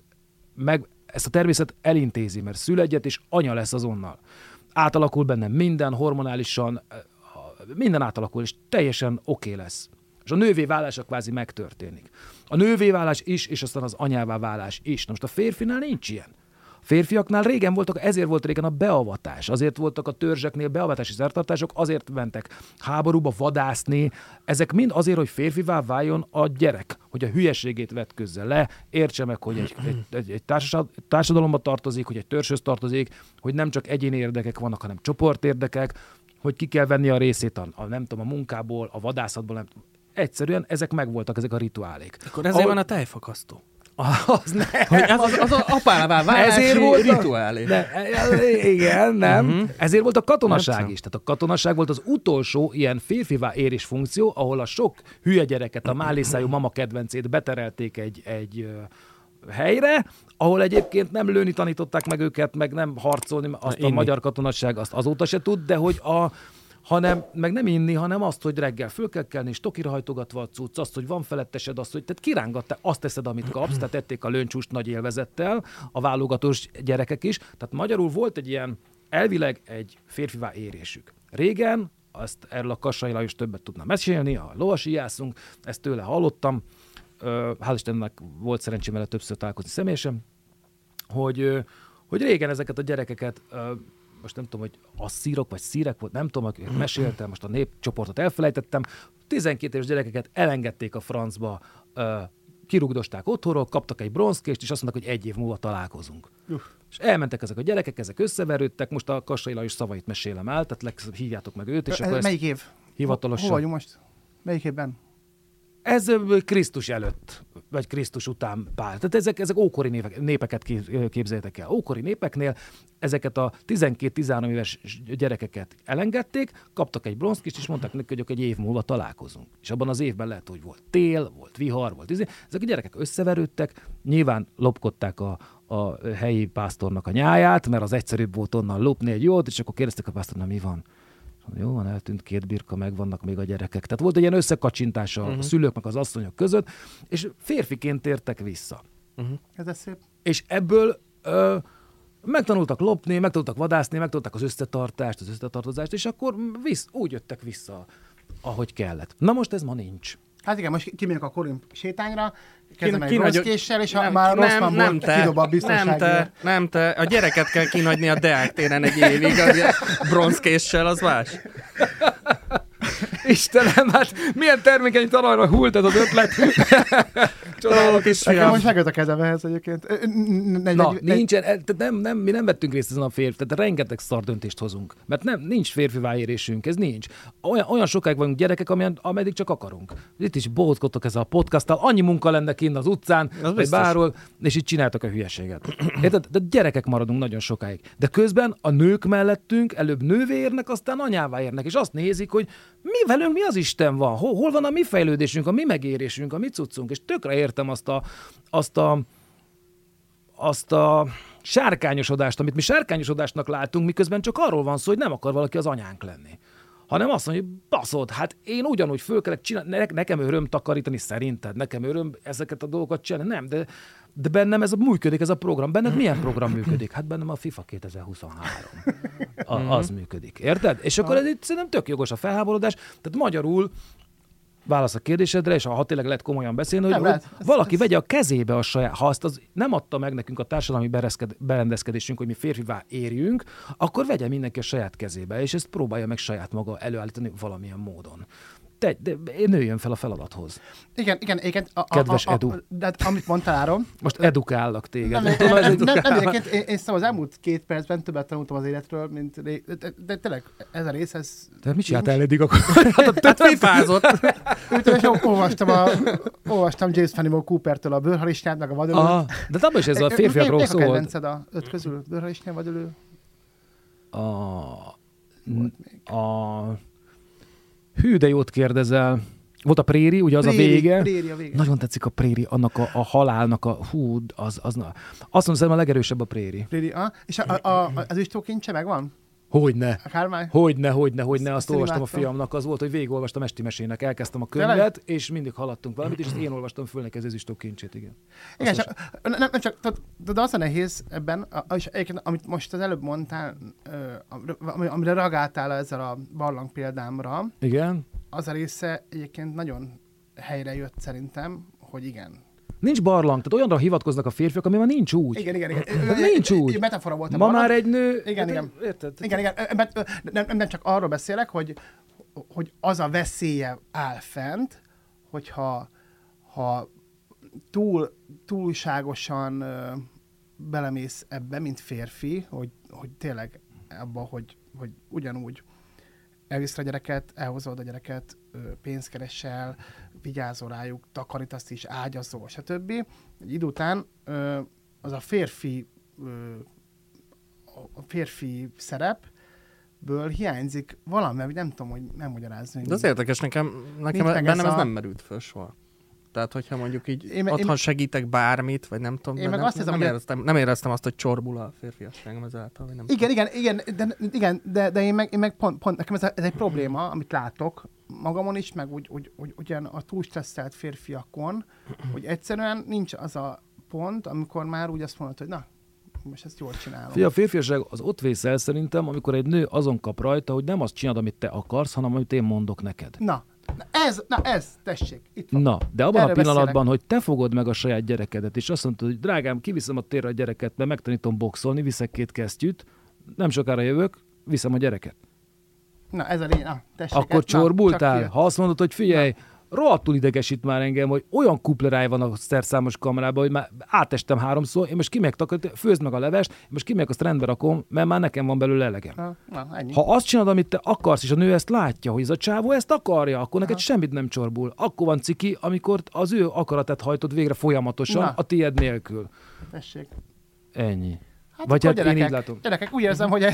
a természet elintézi, mert szül egyet, és anya lesz azonnal. Átalakul benne minden, hormonálisan, minden átalakul, és teljesen oké lesz. És a nővé válása kvázi megtörténik. A nővé válás is, és aztán az anyává válás is. Na most a férfinál nincs ilyen. A férfiaknál régen voltak, ezért volt régen a beavatás, azért voltak a törzseknél beavatási szertartások, azért mentek háborúba vadászni, ezek mind azért, hogy férfivá váljon a gyerek, hogy a hülyeségét vetközze le, értse meg, hogy egy társadalomba tartozik, hogy egy törzshöz tartozik, hogy nem csak egyéni érdekek vannak, hanem csoportérdekek, hogy ki kell venni a részét nem tudom, a munkából, a vadászatból, nem tudom. Egyszerűen ezek megvoltak, ezek a rituálék. Akkor ezért van a tejfakasztó. Az nem. Hogy az apává válási rituálé. Igen, nem. Ezért volt a katonaság is. Tehát a katonaság volt az utolsó ilyen férfivá érés funkció, ahol a sok hülye gyereket, a málészájú mama kedvencét beterelték egy helyre, ahol egyébként nem lőni tanították meg őket, meg nem harcolni, azt a magyar katonaság azt azóta se tud, de hogy hanem meg nem inni, hanem azt, hogy reggel föl kell kelni, és tokira hajtogatva a cucc, azt, hogy van felettesed, azt, hogy tehát kirángattál, azt teszed, amit kapsz, tehát ették a löncsúst nagy élvezettel, a válogatós gyerekek is. Tehát magyarul volt egy ilyen, elvileg egy férfivá érésük. Régen, erről a Kassai Lajos többet tudna mesélni, a lovasi jászunk, ezt tőle hallottam, hál' Istennek volt szerencsém vele többször találkozni személyesen, hogy régen ezeket a gyerekeket, most nem tudom, hogy asszírok vagy szírek volt, nem tudom, akik meséltem, most a népcsoportot elfelejtettem, 12 éves gyerekeket elengedték a francba, kirugdosták otthonról, kaptak egy bronzkést, és azt mondták, hogy 1 év múlva találkozunk. És elmentek ezek a gyerekek, ezek összeverődtek, most a Kassai Lajos szavait mesélem el, tehát legszebb hívjátok meg őt, és akkor melyik év? Hivatalosan. Hol vagyunk most? Melyik évben? Ez Krisztus előtt, vagy Krisztus után pár. Tehát ezek ókori népeket képzeljétek el. Ókori népeknél ezeket a 12-13 éves gyerekeket elengedték, kaptak egy bronzkist, és mondták neki, hogy 1 év múlva találkozunk. És abban az évben lehet, hogy volt tél, volt vihar, volt ezek a gyerekek összeverődtek, nyilván lopkodták a helyi pásztornak a nyáját, mert az egyszerűbb volt onnan lopni egy jót, és akkor kérdeztek a pásztornak, mi van? Jó van, eltűnt 2 birka, megvannak még a gyerekek. Tehát volt egy ilyen összekacsintása a szülők meg az asszonyok között, és férfiként tértek vissza. Ez szép. És ebből megtanultak lopni, megtanultak vadászni, megtanultak az összetartást, az összetartozást, és akkor úgy jöttek vissza, ahogy kellett. Na most ez ma nincs. Hát igen, most kimegyek a Korin sétányra, kezdem egy bronzkéssel, és már rossz van, kidob a biztonságért. Nem te. A gyereket kell kinagyni a Deák téren 1 évig, bronzkéssel, az más. Istenem, hát milyen termékeny talajra hult ez az ötlet. Csodálatos fiam. Most megjött a kezem ehhez egyébként. Nincsen, mi nem vettünk részt ezen a férfi, tehát rengeteg szar döntést hozunk. Mert nincs férfivá érésünk, ez nincs. Olyan sokáig vagyunk gyerekek, ameddig csak akarunk. Itt is bohózkodtok ezzel a podcasttal, annyi munka lenne kint az utcán, vagy bárhol, és itt csináltak a hülyeséget. Érted? De gyerekek maradunk nagyon sokáig. De közben a nők mellettünk előbb nővé érnek, aztán anyává érnek, és azt nézik, hogy velünk mi az Isten van? Hol van a mi fejlődésünk, a mi megérésünk, a mi cuccunk? És tökre értem azt a sárkányosodást, amit mi sárkányosodásnak látunk, miközben csak arról van szó, hogy nem akar valaki az anyánk lenni. Hanem azt mondja, hogy baszod, hát én ugyanúgy föl kellek csinálni, nekem öröm takarítani szerinted, nekem öröm ezeket a dolgokat csinálni, nem, de bennem ez működik, ez a program. Benned milyen program működik? Hát bennem a FIFA 2023. Az működik, érted? És akkor ez itt szerintem tök jogos a felháborodás. Tehát magyarul válasz a kérdésedre, és ha tényleg lehet komolyan beszélni, hogy lehet. valaki vegye a kezébe a saját, ha azt az nem adta meg nekünk a társadalmi berendezkedésünk, hogy mi férfivá érjünk, akkor vegye mindenki a saját kezébe, és ezt próbálja meg saját maga előállítani valamilyen módon. De nőjön fel a feladathoz. Igen. Kedves Edu. De amit mondtál, Áron. Most edukállak téged. Nem, egyébként én szerintem az elmúlt 2 percben többet tanultam az életről, mint de tényleg ez a rész, ez... Te mit csináltál eddig akkor? Hát fifázott. Olvastam James Fenimore Coopertől a Bőrharisnyát, meg a vadölőt. De abban is ez a férfiakról szólt. Mi a kedvenced a 5 közül? Bőrharisnya, vadölő? Hű, de jót kérdezel. Volt a préri, ugye az a vége. Préri a vége. Nagyon tetszik a préri, annak a halálnak a azt mondom, a legerősebb a préri. És az üstókincse megvan? Hogyne. Hogyne. Azt olvastam a fiamnak, az volt, hogy végigolvastam Esti mesének, elkezdtem a könyvet, és mindig haladtunk valamit, és én olvastam föl neki az ezüstókincsét, igen. Igen, nem csak, de az a nehéz ebben, és amit most az előbb mondtál, amire reagáltál ezzel a barlang példámra, igen. Az a része egyébként nagyon helyre jött szerintem, hogy igen. Nincs barlang, tehát olyanra hivatkoznak a férfiak, ami már nincs úgy. Igen. Nincs úgy. Metafora volt a ma barlang. már egy nő... Igen. Érted? Igen. Nem csak arról beszélek, hogy az a veszélye áll fent, hogyha túlságosan belemész ebbe, mint férfi, hogy tényleg abba, hogy ugyanúgy elviszed a gyereket, elhozod a gyereket, pénzt keresel, vigyázol rájuk, takarítasz is, ágyazol, stb. Egy idő után az a férfi szerepből hiányzik valami, nem tudom, hogy nem magyarázni. De az érdekes, nekem bennem ez nem merült föl soha. Tehát, hogyha mondjuk így otthon segítek bármit, vagy nem tudom, nem éreztem azt, hogy csorbul a férfiasságom ezáltal. Nem igen, de én meg pont nekem ez egy probléma, amit látok magamon is, meg úgy ugyan a túl stresszelt férfiakon, hogy egyszerűen nincs az a pont, amikor már úgy azt mondod, hogy na, most ezt jól csinálom. A férfiasság az ott vészel szerintem, amikor egy nő azon kap rajta, hogy nem azt csinálod, amit te akarsz, hanem amit én mondok neked. Na ez, tessék, itt van. Na, de abban Erről a pillanatban, beszélek. hogy te fogod meg a saját gyerekedet, és azt mondod, hogy drágám, kiviszem a térre a gyereket, mert megtanítom boxolni, viszek 2 kesztyűt, nem sokára jövök, viszem a gyereket. Na, ez a lény, tessék. Akkor csorbultál? Ha azt mondod, hogy figyelj, rohadtul idegesít már engem, hogy olyan kupleráj van a szerszámos kamerában, hogy már átestem 3-szor, én most kimegyek takarítani, főzd meg a levest, én most kimegyek, azt rendbe rakom, mert már nekem van belőle elegem. Ha azt csinálod, amit te akarsz, és a nő ezt látja, hogy ez a csávó ezt akarja, akkor neked semmit nem csorbul. Akkor van ciki, amikor az ő akaratát hajtod végre folyamatosan, a tiéd nélkül. Tessék. Ennyi. Hát vagy hát én így látom. Gyerekek, úgy érzem, hogy...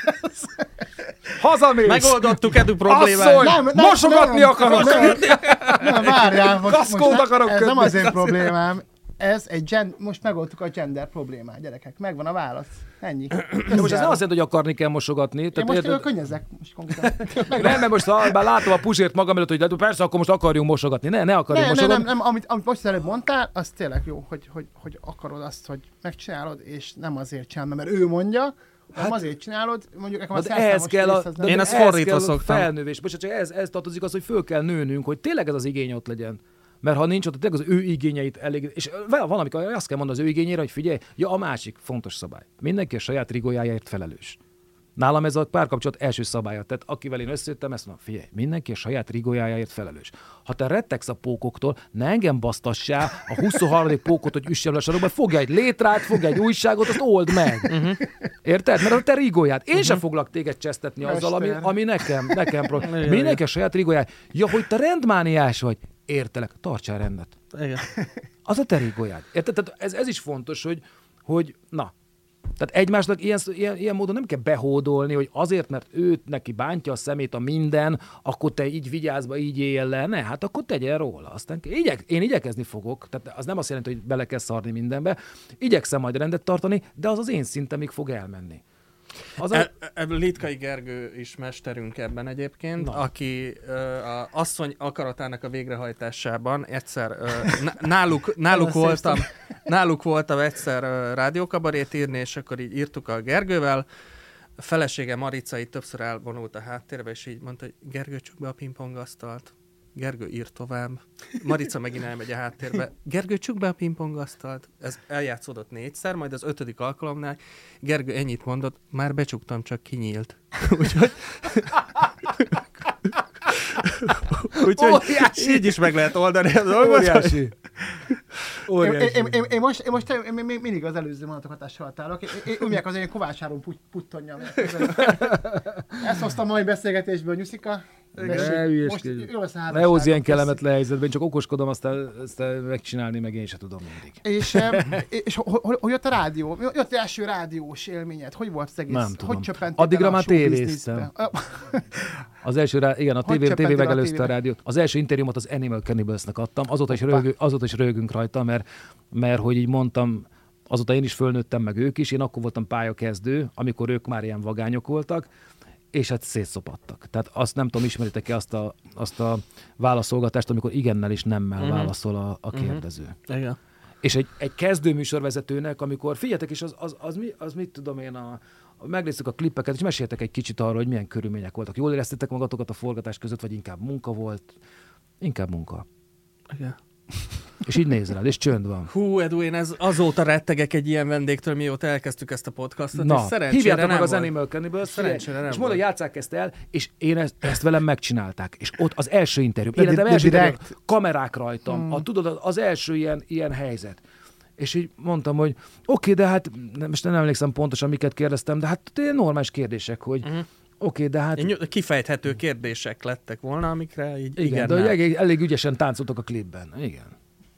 Hazamész! Megoldottuk Edu problémát. Mosogatni akarok! Nem, várjál, Kaszkót akarok ez kötni. nem az én problémám. Ez most megoldtuk a gender problémát, gyerekek. Megvan a válasz. Ennyi. De most ez nem azt jelenti, hogy akarni kell mosogatni. Én most könnyezek. Most konkrétan. Nem, mert most már látom a pusért magam előtt, hogy persze, akkor most akarjunk mosogatni. Ne akarjunk mosogatni. Nem, amit most előbb mondtál, az tényleg jó, hogy akarod azt, hogy megcsinálod, és nem azért csinálod, mert ő mondja, hanem azért csinálod, mondjuk nekem a ehhez kell én ezt fordítva szoktam. Felnővés. Most csak ez tartozik az, hogy föl kell nőnünk, hogy tényleg ez az igény ott legyen. Mert ha nincs ott, tényleg az ő igényeit elég... És van, amikor azt kell mondani az ő igényére, hogy figyelj, a másik fontos szabály. Mindenki a saját rigójáért felelős. Nálam ez a párkapcsolat első szabálya. Tehát akivel én összejöttem, ezt mondom, figyelj, mindenki a saját rigójáért felelős. Ha te rettegsz a pókoktól, ne engem basztassál a 23. pókot, hogy üssem le a sarokba, fogj egy létrát, fogj egy újságot, azt old meg. Érted? Mert a te rigóját. Én sem foglak téged csesztetni azzal, ami nekem mindenki a saját rigójáért. Ja, hogy te rendmániás vagy. Értelek, tartsál rendet. Igen. Az a te rigójád. Érted? Tehát ez is fontos, hogy na, tehát egymásnak ilyen módon nem kell behódolni, hogy azért, mert őt neki bántja a szemét a minden, akkor te így vigyázba, így éljél le. Ne, hát akkor tegyen róla. Aztán én igyekezni fogok, tehát az nem azt jelenti, hogy bele kell szarni mindenbe. Igyekszem majd rendet tartani, de az én szintemig fog elmenni. Litkai Gergő is mesterünk ebben egyébként, aki az asszony akaratának a végrehajtásában egyszer náluk voltam egyszer rádiókabarét írni, és akkor így írtuk a Gergővel. A felesége Marica így többször elvonult a háttérbe, és így mondta, hogy Gergő, csak be a pingpongasztalt. Gergő írt tovább, Marica megint elmegy a háttérbe. Gergő, csuk be a pingpongasztalt. Ez eljátszódott 4-szer, majd az 5. alkalomnál Gergő ennyit mondott, már becsuktam, csak kinyílt. Úgyhogy így is meg lehet oldani a dolgot. Óriási. Én most mindig az előző mondatokat ással úgy azért, hogy Kovács Áron puttonjam. Ezt hoztam mai beszélgetésből, Nyuszika. Ne hozz ilyen kellemetlen helyzetben, én csak okoskodom, aztán megcsinálni, meg én sem tudom mindig. És hogy jött a rádió? Jött az első rádiós élményed? Hogy volt az egész? Nem tudom. Hogy csöppentél addigra bele már a show tévéztem. businessbe? Az első, igen, a tévé megelőzte a rádiót. Az első interjúmat az Animal Cannibalsnek adtam, azóta is röhögünk rajta, mert hogy így mondtam, azóta én is fölnőttem, meg ők is, én akkor voltam pályakezdő, amikor ők már ilyen vagányok voltak, és hát szétszopattak. Tehát azt nem tudom, ismeritek-e azt a válaszolgatást, amikor igennel és nemmel válaszol a kérdező. Igen. És egy kezdőműsorvezetőnek, amikor figyeljetek, és az mit tudom én, megnéztük a klippeket, és meséltek egy kicsit arról, hogy milyen körülmények voltak. Jól éreztétek magatokat a forgatás között, vagy inkább munka volt? Inkább munka. Igen. És így néz rád, és csönd van. Hú, Edu, én azóta rettegek egy ilyen vendégtől, mióta elkezdtük ezt a podcastot. Na, hívjátok meg az volt. Animal Cannibals, Szerencsére nem és mondom, volt. játsszák ezt el, és én ezt velem megcsinálták. És ott az első interjú, életem első interjú, kamerák rajtam, tudod, az első ilyen helyzet. És így mondtam, hogy oké, de hát, most nem emlékszem pontosan, miket kérdeztem, de hát normális kérdések, hogy oké, de hát... Kifejthető kérdések lettek volna, amikre így igen, de elég ügyesen táncoltak a klipben. Igen.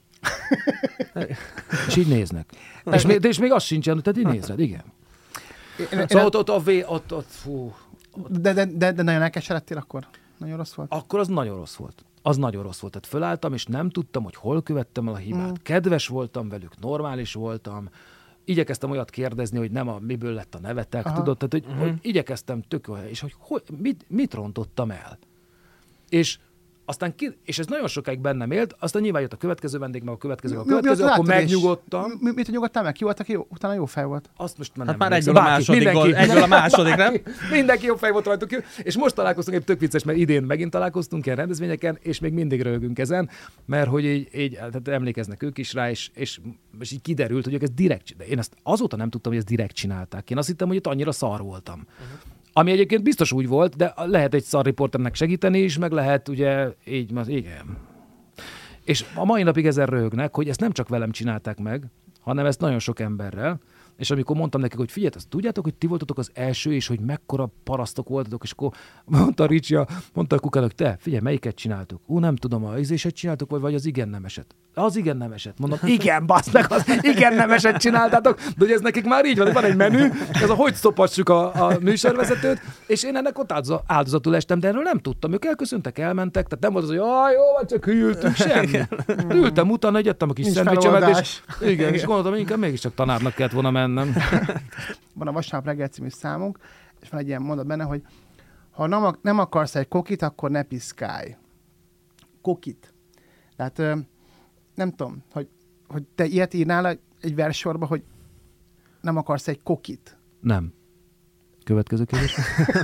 És így néznek. És még az sincsen, tehát így nézred, igen. Szóval fú. De nagyon elkeseredtél akkor? Nagyon rossz volt? Akkor az nagyon rossz volt. Az nagyon rossz volt. Tehát fölálltam, és nem tudtam, hogy hol követtem el a hibát. Kedves voltam velük, normális voltam. Igyekeztem olyat kérdezni, hogy nem miből lett a nevetek, tudod? Tehát, hogy igyekeztem tök olyan, és hogy mit rontottam el. És aztán és ez nagyon sokáig bennem élt, aztán nyilván jött a következő vendég, meg a következő, akkor megnyugodtam. Mit nyugodtál meg? Ki voltak jó? Utána jó fej volt. Azt most már hát nem már egyből a második, nem? Mindenki jó fej volt rajtuk. És most találkoztunk, egy tök vicces, mert idén megint találkoztunk ilyen rendezvényeken, és még mindig röhögünk ezen, mert hogy így tehát emlékeznek ők is rá, és így kiderült, hogy ők ezt direkt, de én ezt azóta nem tudtam, hogy ezt direkt csinálták. Én azt hittem, hogy itt annyira szar voltam. Ami egyébként biztos úgy volt, de lehet egy szar riporternek segíteni is, meg lehet ugye így, igen. És a mai napig ezen röhögnek, hogy ezt nem csak velem csinálták meg, hanem ezt nagyon sok emberrel. És amikor mondtam nekik, hogy figyelj, azt tudjátok, hogy ti voltatok az első, és hogy mekkora parasztok voltatok, és akkor mondta Ricsia, mondta a Kukának, te, figyelj, melyiket csináltuk? Nem tudom, az ízéset csináltuk, vagy az igen nemeset? Az igen nemeset. Mondom, igen, bassz meg, az igen nemeset csináltátok, de hogy ez nekik már így van egy menü, ez a hogy szopassuk a műsorvezetőt, és én ennek ott áldozatul estem, de erről nem tudtam. Ők elköszöntek, elmentek, tehát nem volt az, hogy jó, vagy csak ültünk, semmi. Ültem utána, egyettem a kis szendvicsemet, és igen, és gondoltam, inkább mégiscsak tanárnak kellett volna mennem. Van a Vasárnap reggel című számunk, és van egy ilyen mondat benne, hogy ha nem akarsz egy kokit, akkor ne piszkálj. Kokit. Tehát nem tudom, hogy te ilyet írnál egy verssorba, hogy nem akarsz egy kokit. Nem. Következő kérdés.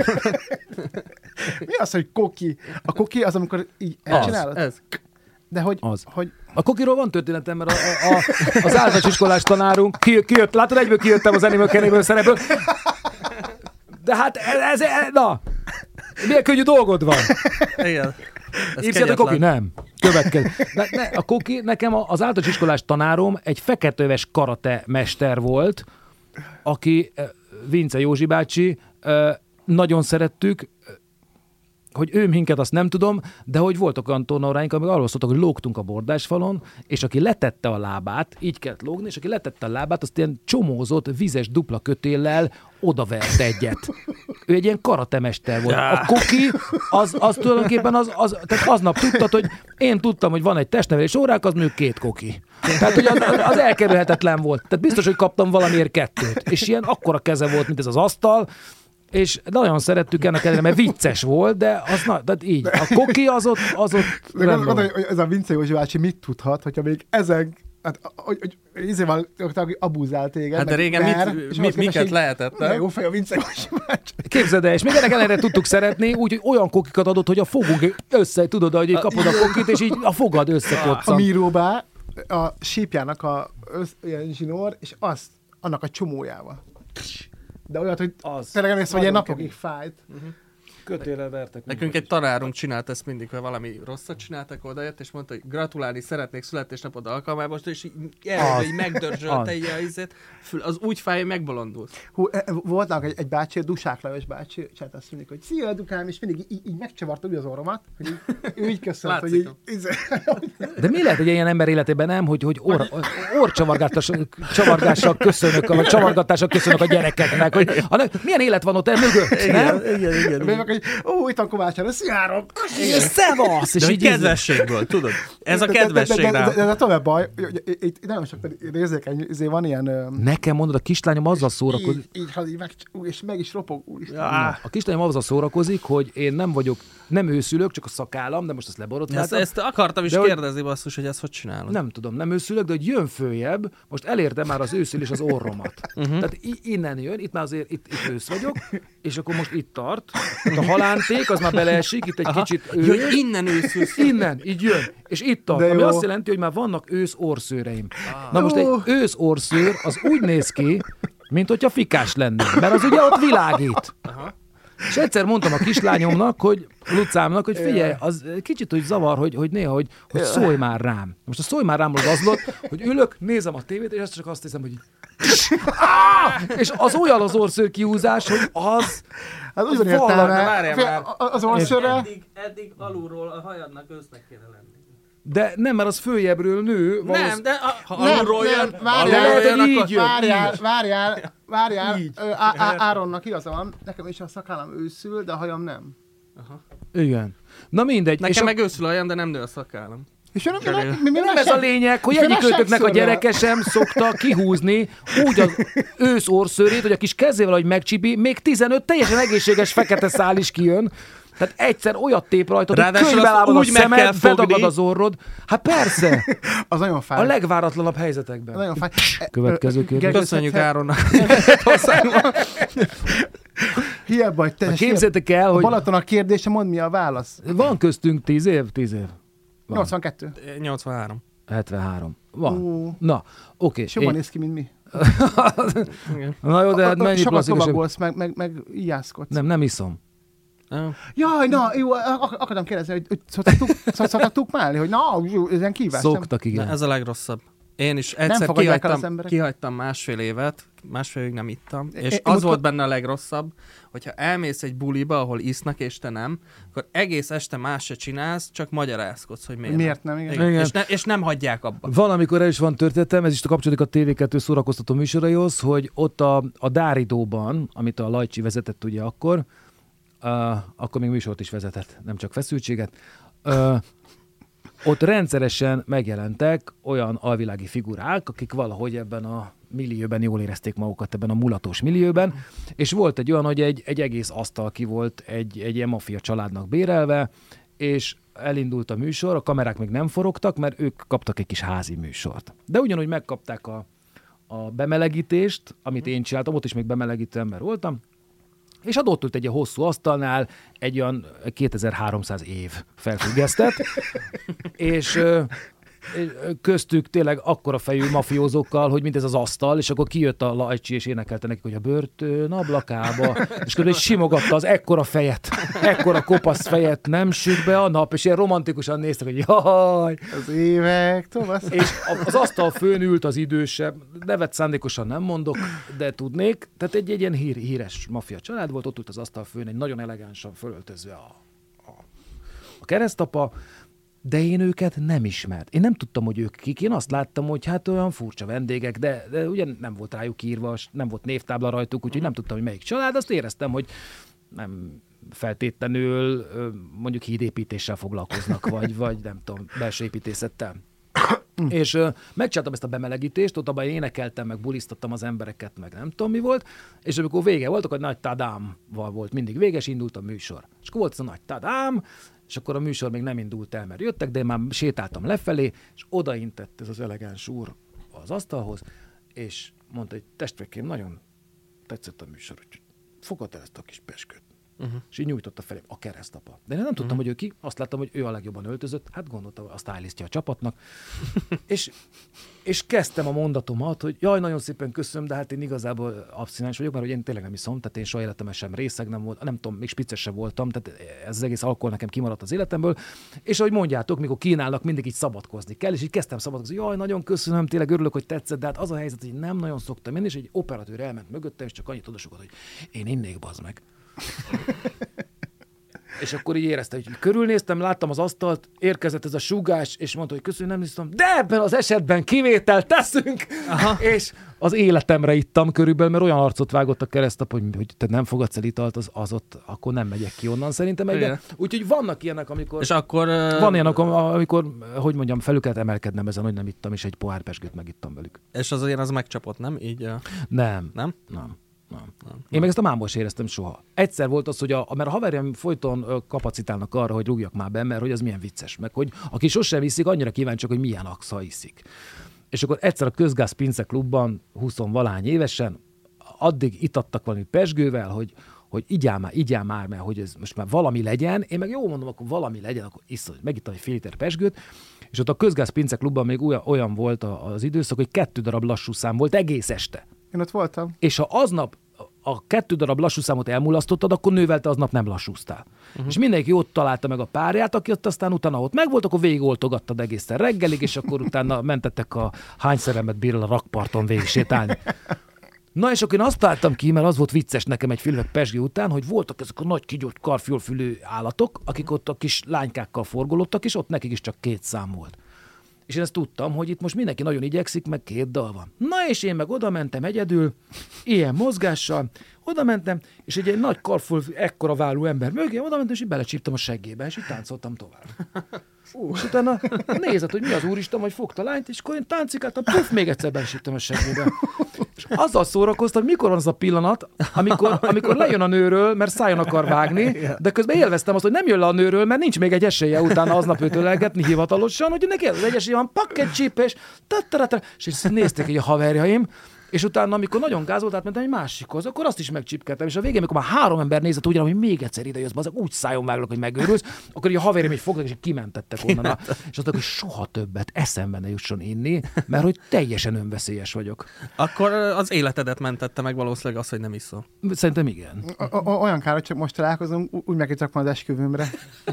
Mi az, hogy koki? A koki az, amikor így elcsinálod? Ez. De hogy... A kokiról van történetem, mert az általános iskolás tanárunk kijött, látod, egyből kijöttem az Animal Cannibal szerepből. De hát na, milyen könnyű dolgod van. Igen. Írsz a koki? Nem. Következő. A koki, nekem az általános iskolás tanárom egy feketeöves karate mester volt, aki, Vince Józsi bácsi, nagyon szerettük, hogy ő minket, azt nem tudom, de hogy voltak olyan tornaóráink, amik arról szóltak, hogy lógtunk a bordásfalon, és aki letette a lábát, így kellett lógni, és aki letette a lábát, azt ilyen csomózott, vizes dupla kötéllel odavert egyet. Ő egy ilyen karatemester volt. A koki, az tulajdonképpen tehát aznap tudtad, hogy én tudtam, hogy van egy testnevelés órák, az mondjuk 2 koki. Tehát, hogy az elkerülhetetlen volt. Tehát biztos, hogy kaptam valamiért 2. És ilyen akkora keze volt, mint ez az asztal, és nagyon szerettük ennek ellenére, mert vicces volt, de tehát így. A koki az ott Gondolj, hogy ez a Vince Józsi bácsi mit tudhat, hogyha még ezen Hát, hogy izéval abúzál téged. Hát de régen miket lehetett, nem? Jó fej a Vince bácsi. Képzeld el, és még ennek ellenére tudtuk szeretni, úgyhogy olyan kokikat adott, hogy a fogunk össze, tudod, hogy így kapod a kokit, és így a fogad összekoccan. A Miróbá a sípjának ilyen zsinór, és annak a csomójával. De olyat, hogy tényleg emlékszem, hogy ilyen napokig fájt. Kötélre vertek. Nekünk egy tanárunk csinált ezt mindig, hogy valami rosszat csináltak, odajött, és mondta, hogy gratulálni szeretnék születésnapod alkalmából, és így megdörzsölte így a izét, az úgy fáj, hogy megbolondult. Voltak egy bácsi, Dusák Lajos bácsi, csinált azt mindig, hogy szia Dukám, és mindig így megcsavarta úgy az orromat, hogy így köszönt, hogy így... De mi lehet egy ilyen ember életében, nem, hogy orrcsavargással köszönök, vagy csavargatással köszönök a gyerekeknek, hogy milyen élet van ott mögött, nem? Igen. Itt a Kovács, szia, és szevasz! És így kedvességből, tudod? Ez a kedvesség rá. De tovább baj, itt nagyon sok érzékeny, van ilyen... Nekem mondod, a kislányom azzal szórakozik... És meg is ropog. A kislányom azzal szórakozik, hogy én nem őszülök, csak a szakállam, de most azt leborotváltam. Ezt akartam is kérdezni, basszus, hogy ezt hogy csinálod. Nem tudom, nem őszülök, de hogy jön följebb, most elérte már az őszülés az orromat. Tehát innen jön, itt már azért itt ősz vagyok, és akkor most itt tart, a halánték, az már beleesik, itt egy kicsit ősz. Jaj, innen őszülsz. Innen, így jön. És itt tart, ami azt jelenti, hogy már vannak ősz orszőreim. Na most egy ősz orszőr az úgy néz ki, mint hogyha fikás lenne, mert az ugye ott világít. Aha. És egyszer mondtam a kislányomnak, hogy Lucámnak, hogy figyelj, az kicsit úgy zavar, hogy néha, hogy szólj már rám. Most a szólj már rám az lott, hogy ülök, nézem a tévét, és csak azt hiszem, hogy és az olyan az orszőr kiúzás, hogy az... Hát úgy van értelme. Az orszőrre... Eddig alulról a hajadnak ősznek kéne lenni. De nem, mert az följebbről nő. Nem, de ha alulról jön, várjál. Áronnak igaza van, nekem is a szakállam őszül, de a hajam nem. Aha. Igen. Na mindegy. Nekem meg őszül a hajam, de nem nő a szakállam. És nem ez a lényeg, hogy egyikőtöknek a gyereke sem szokta kihúzni úgy az ősz orszőrét, hogy a kis kezével, hogy megcsipi, még 15 teljesen egészséges fekete szál is kijön. Tehát egyszer olyat tép rajtad, hogy könyvbelállod a szemed, bedagad az orrod. Hát persze. Az nagyon fáj. A legváratlanabb helyzetekben. Nagyon fáj. Következő kérdés. Köszönjük Áronnak. Hiába, hogy te képzeljétek el, hogy... A Balaton a kérdése, mondd mi a válasz. Van köztünk 10 év? 10 év. Van. 82. 83. 73. Van. Na, oké. És jobban néz ki, mint mi. Na jó, de hát mennyi sokat lovagolsz, meg ijászkodsz. Nem iszom. Jaj, na, jó, akartam kérdezni, hogy szoktak tukmálni, hogy na, ezen kívás. Szoktak, igen. Na, ez a legrosszabb. Én is egyszer kihagytam másfél évet, másfél évig nem ittam, és az volt benne a legrosszabb, hogyha elmész egy buliba, ahol isznak, és te nem, akkor egész este más se csinálsz, csak magyarázkodsz, hogy miért nem. Igen. És nem hagyják abba. Valamikor el is van történetem, ez is kapcsolódik a TV2 szórakoztató műsoraihoz, hogy ott a Dáridóban, amit a Lajcsi vezetett ugye akkor még műsort is vezetett, nem csak feszültséget, ott rendszeresen megjelentek olyan alvilági figurák, akik valahogy ebben a millióben jól érezték magukat, ebben a mulatos millióben, és volt egy olyan, hogy egy egész asztal ki volt egy ilyen maffia családnak bérelve, és elindult a műsor, a kamerák még nem forogtak, mert ők kaptak egy kis házi műsort. De ugyanúgy megkapták a bemelegítést, amit én csináltam, ott is még bemelegítő ember voltam, és ott ült egy hosszú asztalnál egy olyan 2300 év felfüggesztett, és köztük tényleg akkora fejű mafiózókkal, hogy mint ez az asztal, és akkor kijött a Lajcsi, és énekelte nekik, hogy a börtön ablakába, és körülbelül simogatta az ekkora fejet, ekkora kopasz fejet, nem süt be a nap, és ilyen romantikusan néztek, hogy jaj. Az évek, Thomas. És az asztal főn ült az idősebb, nevet szándékosan nem mondok, de tudnék, tehát egy ilyen híres maffia család volt, ott ült az asztal főn, egy nagyon elegánsan fölöltözve a keresztapa, de én őket nem ismert. Én nem tudtam, hogy ők kik. Én azt láttam, hogy hát olyan furcsa vendégek, de ugye nem volt rájuk írva, nem volt névtábla rajtuk, úgyhogy nem tudtam, hogy melyik család. Azt éreztem, hogy nem feltétlenül mondjuk hídépítéssel foglalkoznak, vagy nem tudom, belső építészettel. És megcsináltam ezt a bemelegítést, ott abban énekeltem, meg bulisztattam az embereket, meg nem tudom mi volt, és amikor vége volt, akkor nagy tadámval volt mindig véges, indult a műsor. És akkor volt ez a nagy tadám, És akkor a műsor még nem indult el, mert jöttek, de én már sétáltam lefelé, és odaintett ez az elegáns úr az asztalhoz, és mondta, hogy testvérkém, nagyon tetszett a műsor, hogy fogad el ezt a kis pezsgőt. És így nyújtotta felém a keresztapa. De én nem tudtam, hogy ő ki, azt láttam, hogy ő a legjobban öltözött, hát gondoltam, hogy a stylistja a csapatnak. és kezdtem a mondatomat, hogy jaj, nagyon szépen köszönöm, de hát én igazából abszináns vagyok, mert hogy én tényleg nem iszom, tehát én soha életemben sem részeg nem volt, nem tudom, még spicces sem voltam, tehát ez az egész alkohol nekem kimaradt az életemből. És ahogy mondjátok, mikor kínálnak, mindig így szabadkozni kell, és így kezdtem szabadkozni, jaj, nagyon köszönöm, tényleg örülök, hogy tetszett, de hát az a helyzet, hogy nem nagyon szoktam menni, és egy operatőr elment mögöttem, és csak annyit odasugott, hogy én innék, bazd meg. És akkor így érezte, hogy körülnéztem, láttam az asztalt, érkezett ez a sugás, és mondta, hogy köszönöm, nem iszom, de ebben az esetben kivételt teszünk, és az életemre ittam körülbelül, mert olyan arcot vágott a keresztap, hogy te nem fogadsz el italt, az ott, akkor nem megyek ki onnan szerintem egyben. Úgyhogy vannak ilyenek, amikor... És akkor... Van ilyen, amikor, hogy mondjam, felül kellett emelkednem ezen, hogy nem ittam, és egy pohár pezsgőt megittam velük. És az megcsapott, nem? Így... Nem. Nem? Nem. Én meg ezt a mámból sem éreztem soha. Egyszer volt az, hogy mert a haverjaim folyton kapacitálnak arra, hogy rúgjak már be, mert hogy az milyen vicces, meg hogy aki sosem iszik, annyira kíváncsiak, hogy milyen axa iszik. És akkor egyszer a Közgáz Pince Klubban, 20-valány évesen, addig itattak valami pezsgővel, hogy igyál már, mert hogy ez most már valami legyen. Én meg jó mondom, akkor valami legyen, akkor iszom, megittam egy fél liter pezsgőt, és ott a Közgáz Pince Klubban még olyan volt az időszak, hogy 2 darab lassú szám volt egész este. Én ott voltam. És ha aznap a 2 darab lassú számot elmulasztottad, akkor nővelte aznap nem lassúztál. És mindenki ott találta meg a párját, aki ott aztán utána ott megvolt, akkor végigoltogattad egészen reggelig, és akkor utána mentettek a hány szerelmet bírál a rakparton végig sétálni. Na és akkor én azt találtam ki, mert az volt vicces nekem egy filmek pezsgő után, hogy voltak ezek a nagy kigyúrt karfiolfülű állatok, akik ott a kis lánykkákkal forgolódtak, és ott nekik is csak 2 szám volt. És én ezt tudtam, hogy itt most mindenki nagyon igyekszik, meg 2 dal van. Na és én meg oda mentem egyedül, ilyen mozgással, oda mentem, és egy nagy karfol, ekkora vállú ember mögé, oda mentem, és így belecsíptem a seggébe, és így táncoltam tovább. És utána nézett, hogy mi az úristen, vagy fogta a lányt, és akkor én táncikáltam, puf, még egyszer belecsíptem a seggébe. És azzal szórakoztam, hogy mikor van az a pillanat, amikor lejön a nőről, mert szájon akar vágni, de közben élveztem azt, hogy nem jön le a nőről, mert nincs még egy esélye utána aznap őt ölelgetni hivatalosan, hogy neki egy esélye van, pakk egy csípés, és nézték így a haverjaim, és utána, amikor nagyon gázolt, átmentem egy másikhoz, akkor azt is megcsipkeltem, és a végén, amikor már 3 ember nézett úgy, hogy még egyszer ide jössz, azok úgy szájon váglak, hogy megőrülsz, akkor így a haverjaim így fogtak, és kimentettek onnan. És azt mondták, hogy soha többet eszembe ne jusson inni, mert hogy teljesen önveszélyes vagyok. Akkor az életedet mentette meg valószínűleg az, hogy nem iszol. Szerintem igen. Olyan kár, hogy csak most találkozom, úgy megítek az esküvőmre.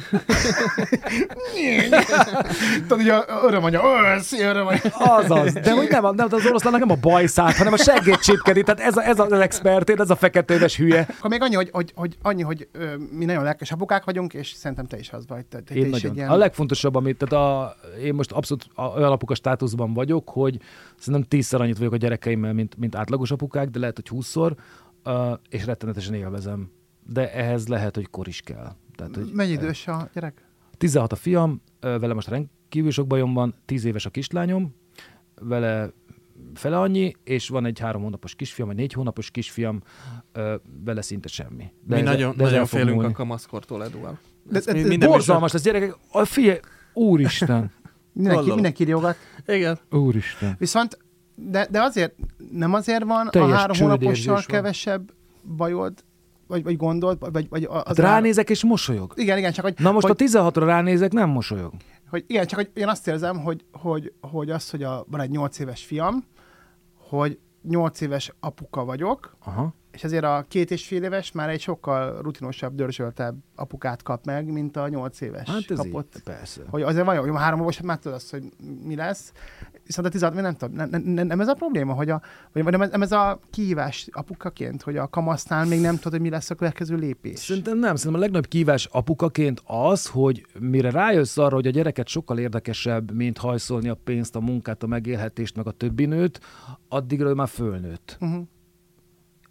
Tudod, hogy örömanya, szia örömanya. Azaz, de hogy nem az oroszlánnak nem a bajszát, hanem a seggét csípkedi, tehát ez az expertét, ez a feketéves hülye. Akkor még annyi, hogy mi nagyon lelkes apukák vagyunk, és szerintem te is az vagy. Te én is nagyon. Ilyen... A legfontosabb, én most abszolút olyan apuka státuszban vagyok, hogy szerintem 10-szer annyit vagyok a gyerekeimmel, mint átlagos apukák, de lehet, hogy 20-szor, és rettenetesen élvezem. De ehhez lehet, hogy kor is kell. Tehát, hogy mennyi idős a gyerek? 16 a fiam, vele most rendkívül sok bajom van, 10 éves a kislányom, vele fele annyi, és van egy 3 hónapos kisfiam, vagy 4 hónapos kisfiam, vele szinte semmi. De mi nagyon félünk a kamaszkortól, Eduval. Borzalmas lesz, gyerekek. A figyelj, úristen. Mindenki riogat. Igen. Úristen. Viszont, de azért, nem azért van teljes a 3 hónapossal van. Kevesebb bajod, vagy gondod, vagy az ránézek és mosolyog. Igen, csak hogy... Na most hogy, a 16-ra ránézek, nem mosolyog. Igen, csak hogy én azt érzem, hogy az, hogy van egy 8 éves fiam, hogy 8 éves apuka vagyok, aha. És ezért a 2,5 éves már egy sokkal rutinosabb, dörzsöltebb apukát kap meg, mint a 8 éves hát ez kapott. Így, persze. Hogy azért van, hogy 3 éves, már tudod azt, hogy mi lesz. Viszont a 16, nem tudom, nem ez a probléma, vagy nem ez a kihívás apukaként, hogy a kamasznál még nem tudod, hogy mi lesz a következő lépés. Szerintem a legnagyobb kihívás apukaként az, hogy mire rájössz arra, hogy a gyereket sokkal érdekesebb, mint hajszolni a pénzt, a munkát, a megélhetést, meg a többi nőt, addigra ő már fölnőtt.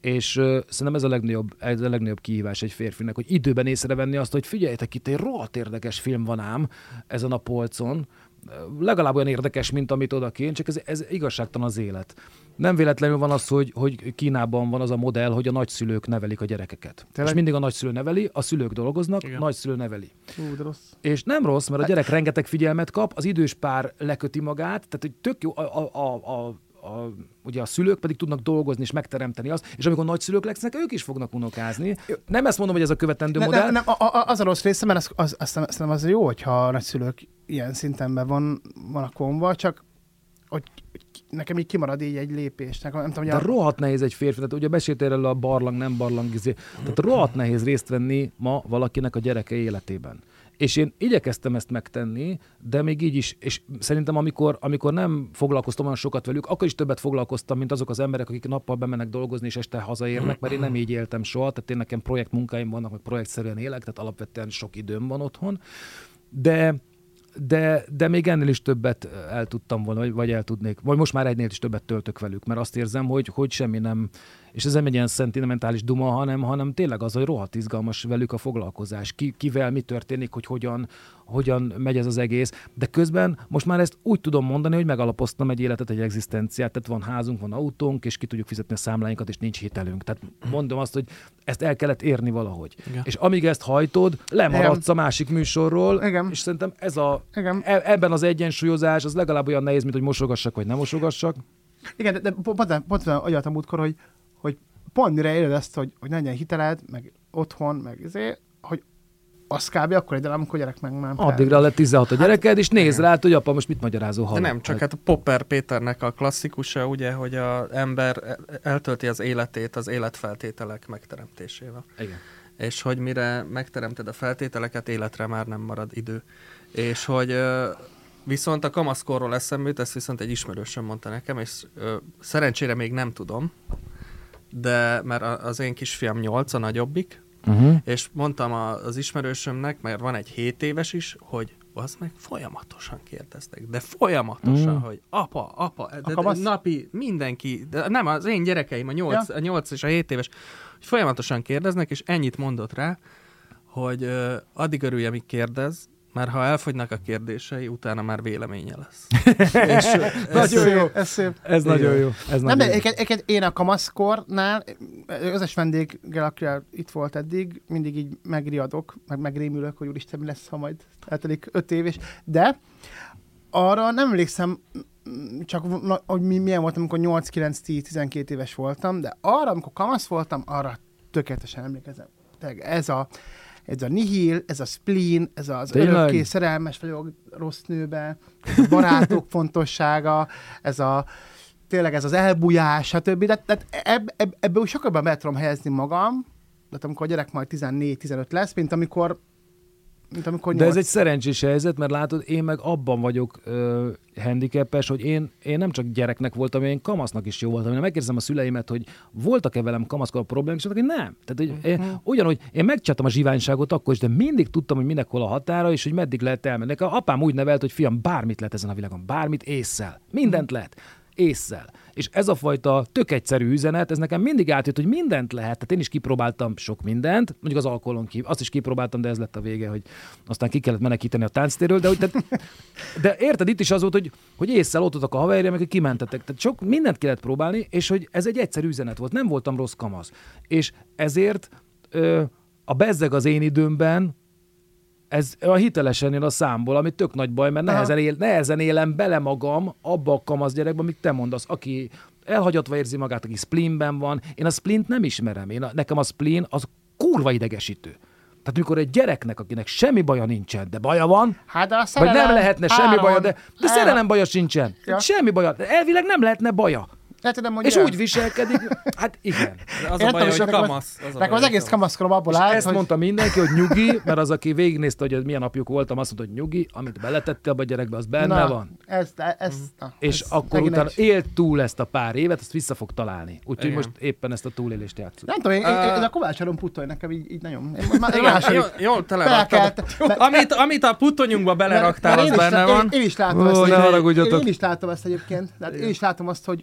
És szerintem ez a legnagyobb kihívás egy férfinek, hogy időben észrevenni azt, hogy figyeljetek, itt egy rohadt érdekes film van ám ezen a polcon, legalább olyan érdekes, mint amit odaként, csak ez igazságtalan az élet. Nem véletlenül van az, hogy Kínában van az a modell, hogy a nagyszülők nevelik a gyerekeket. Tényleg? És mindig a nagyszülő neveli, a szülők dolgoznak, igen. Nagyszülő neveli. De rossz. És nem rossz, mert a gyerek rengeteg figyelmet kap, az idős pár leköti magát, tehát hogy tök jó, ugye a szülők pedig tudnak dolgozni és megteremteni azt, és amikor nagyszülők lesznek, ők is fognak unokázni. Nem ezt mondom, hogy ez a követendő modell. Nem, az a rossz része, mert azt az jó, hogyha a nagyszülők ilyen szinten van a konva, csak hogy nekem így kimarad így egy lépés. Nem tudom, de rohadt nehéz egy férfi, tehát ugye beszéltél erről a barlang, nem barlang, tehát rohadt nehéz részt venni ma valakinek a gyereke életében. És én igyekeztem ezt megtenni, de még így is, és szerintem amikor nem foglalkoztam olyan sokat velük, akkor is többet foglalkoztam, mint azok az emberek, akik nappal bemennek dolgozni, és este hazaérnek, mert én nem így éltem soha, tehát én nekem projektmunkáim vannak, meg projektszerűen élek, tehát alapvetően sok időm van otthon, de még ennél is többet el tudtam volna, vagy el tudnék, vagy most már egynél is többet töltök velük, mert azt érzem, hogy semmi nem, és ez nem egy ilyen szentimentális duma, hanem tényleg az, hogy rohadt izgalmas velük a foglalkozás, kivel mi történik, hogy hogyan megy ez az egész, de közben most már ezt úgy tudom mondani, hogy megalapoztam egy életet, egy egzisztenciát, tehát van házunk, van autónk, és ki tudjuk fizetni a számláinkat, és nincs hitelünk. Tehát mondom azt, hogy ezt el kellett érni valahogy. Igen. És amíg ezt hajtod, lemaradsz a másik műsorról, igen. És szerintem ebben az egyensúlyozás az legalább olyan nehéz, mint hogy mosogassak, vagy nem mosogassak. Igen, de pont olyan múltkor, hogy pont mire éled ezt, hogy ne legyen hiteled, meg otthon, meg hogy az kb. Akkor egy amikor gyerek meg már. Addigra lett 16 a gyereked, és nézd rá, hogy apa, most mit magyarázol halál. De nem, csak hát a Popper Péternek a klasszikusa, ugye, hogy az ember eltölti az életét az életfeltételek megteremtésével. Igen. És hogy mire megteremted a feltételeket, életre már nem marad idő. És hogy viszont a kamaszkorról eszembe jut, ezt viszont egy ismerősöm mondta nekem, és szerencsére még nem tudom, de mert az én kisfiam 8, a nagyobbik, és mondtam az ismerősömnek, mert van egy 7 éves is, hogy az meg folyamatosan kérdeztek, de folyamatosan, hogy apa, de napi mindenki, de nem, az én gyerekeim, a 8 és a 7 éves, hogy folyamatosan kérdeznek, és ennyit mondott rá, hogy addig örülj, amíg kérdez, mert ha elfogynak a kérdései, utána már véleménye lesz. És nagyon jó. Ez nagyon jó. Én a kamaszkornál, összes vendéggel, akivel itt volt eddig, mindig így megriadok, megrémülök, hogy úristen, mi lesz, ha majd eltelik 5 év, de arra nem emlékszem, csak hogy milyen voltam, amikor 8-9-10-12 éves voltam, de arra, amikor kamasz voltam, arra tökéletesen emlékezem. Ez a nihil, ez a spleen, ez az örökké szerelmes vagyok rossz nőbe, ez a barátok fontossága, tényleg ez az elbújás, stb. Tehát ebből sokkal be tudom helyezni magam, de amikor a gyerek majd 14-15 lesz, mint amikor 8. De ez egy szerencsés helyzet, mert látod, én meg abban vagyok handicapes, hogy én nem csak gyereknek voltam, én kamasznak is jó voltam. Én megkérdezem a szüleimet, hogy voltak-e velem kamaszkor problémák, és mondták, hogy nem. Tehát, hogy ugyanúgy én megcsináltam a zsiványságot akkor is, de mindig tudtam, hogy minek hol a határa, és hogy meddig lehet elmenni. Apám úgy nevelt, hogy fiam, bármit lehet ezen a világon, bármit ésszel. Mindent lehet. Ésszel. És ez a fajta tök egyszerű üzenet, ez nekem mindig átjött, hogy mindent lehet. Tehát én is kipróbáltam sok mindent, mondjuk az alkoholon kívül, azt is kipróbáltam, de ez lett a vége, hogy aztán ki kellett menekíteni a tánctérről, de érted, itt is az volt, hogy ésszel ott voltak a haverjaim, meg kimentetek. Tehát sok mindent kellett próbálni, és hogy ez egy egyszerű üzenet volt. Nem voltam rossz kamasz. És ezért a bezzeg az én időmben ez a hitelesen él a számból, ami tök nagy baj, mert nehezen élem bele magam abba a kamasz gyerekbe, amit te mondasz, aki elhagyatva érzi magát, aki spleenben van. Én a spleent nem ismerem. Nekem a spleen az kurva idegesítő. Tehát amikor egy gyereknek, akinek semmi baja nincsen, de baja van, vagy nem lehetne semmi baja, de szerelem baja sincsen. Ja. Semmi baja. Elvileg nem lehetne baja. És úgy viselkedik, hát igen. Az a baj, hogy kamasz. Nekem az egész kamaszkorom abból áll, ezt mondta mindenki, hogy nyugi, mert az, aki végignézte, hogy milyen apjuk voltam, azt mondta, hogy nyugi, amit beletette abba a gyerekbe, az benne van. És akkor utána élt túl ezt a pár évet, azt vissza fog találni. Úgyhogy most éppen ezt a túlélést játszunk. Nem tudom, ez a Kovács Aron puttony nekem így nagyon... Jól teleraktad. Amit a puttonyunkba beleraktál, az benne van. Én is látom ezt egyébként. Én is látom azt, hogy a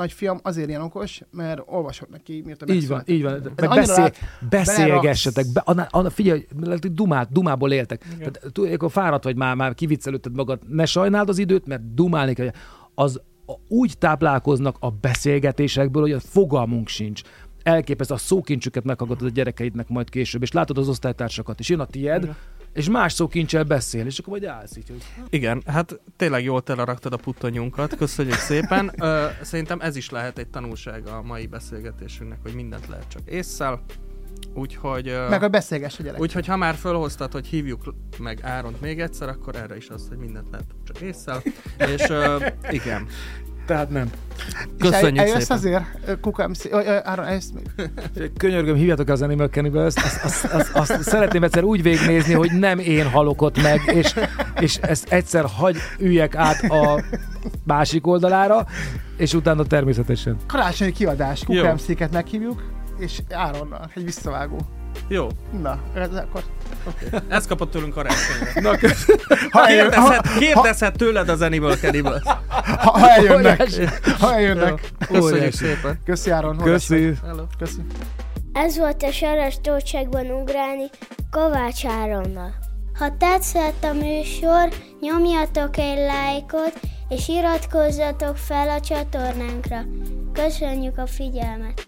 nagyfiam azért ilyen okos, mert olvasok neki, miért a megszületett. Így van. Beszélgessetek. Figyelj, dumából éltek. Tehát, akkor fáradt vagy, már kiviccelődted magad, ne sajnáld az időt, mert dumálni kell. Úgy táplálkoznak a beszélgetésekből, hogy a fogalmunk sincs. Elképesztő, a szókincsüket meghallgatod a gyerekeidnek majd később, és látod az osztálytársakat, és jön a tied, és más szókincsel beszél, és akkor majd állsz így, hogy... Igen, hát tényleg jól teleraktad a puttonyunkat, köszönjük szépen. Szerintem ez is lehet egy tanulsága a mai beszélgetésünknek, hogy mindent lehet csak ésszel. Úgyhogy... Meg a beszélgess a gyerek. Úgyhogy ha már fölhoztad, hogy hívjuk meg Áront még egyszer, akkor erre is az, hogy mindent lehet csak ésszel. És igen. Tehát nem. Köszönjük eljössz szépen. azért? KukaMC, Áron, eljössz még? Könyörgöm, hívjatok az Animal Cannibals, azt szeretném egyszer úgy végignézni, hogy nem én halok ott meg, és ezt egyszer hagy üljek át a másik oldalára, és utána természetesen. Karácsonyi kiadás, KukaMC-ket meghívjuk, és Áronnal, egy visszavágó. Jó. Na, akkor... Okay. Ezt kapott tőlünk karácsonyra. Na, kérdezhet tőled az Animal Cannibals. Ha eljönnek. Köszönjük szépen. Köszi, Áron. Köszi. Köszi. Ez volt a Saras Tócságban ugrálni Kovács Áronnal. Ha tetszett a műsor, nyomjatok egy lájkot, és iratkozzatok fel a csatornánkra. Köszönjük a figyelmet!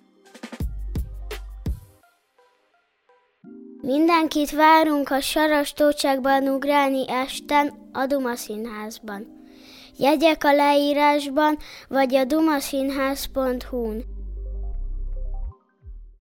Mindenkit várunk a Saras Tócságban ugrálni esten a Duma Színházban. Jegyek a leírásban, vagy a dumaszínház.hu-n.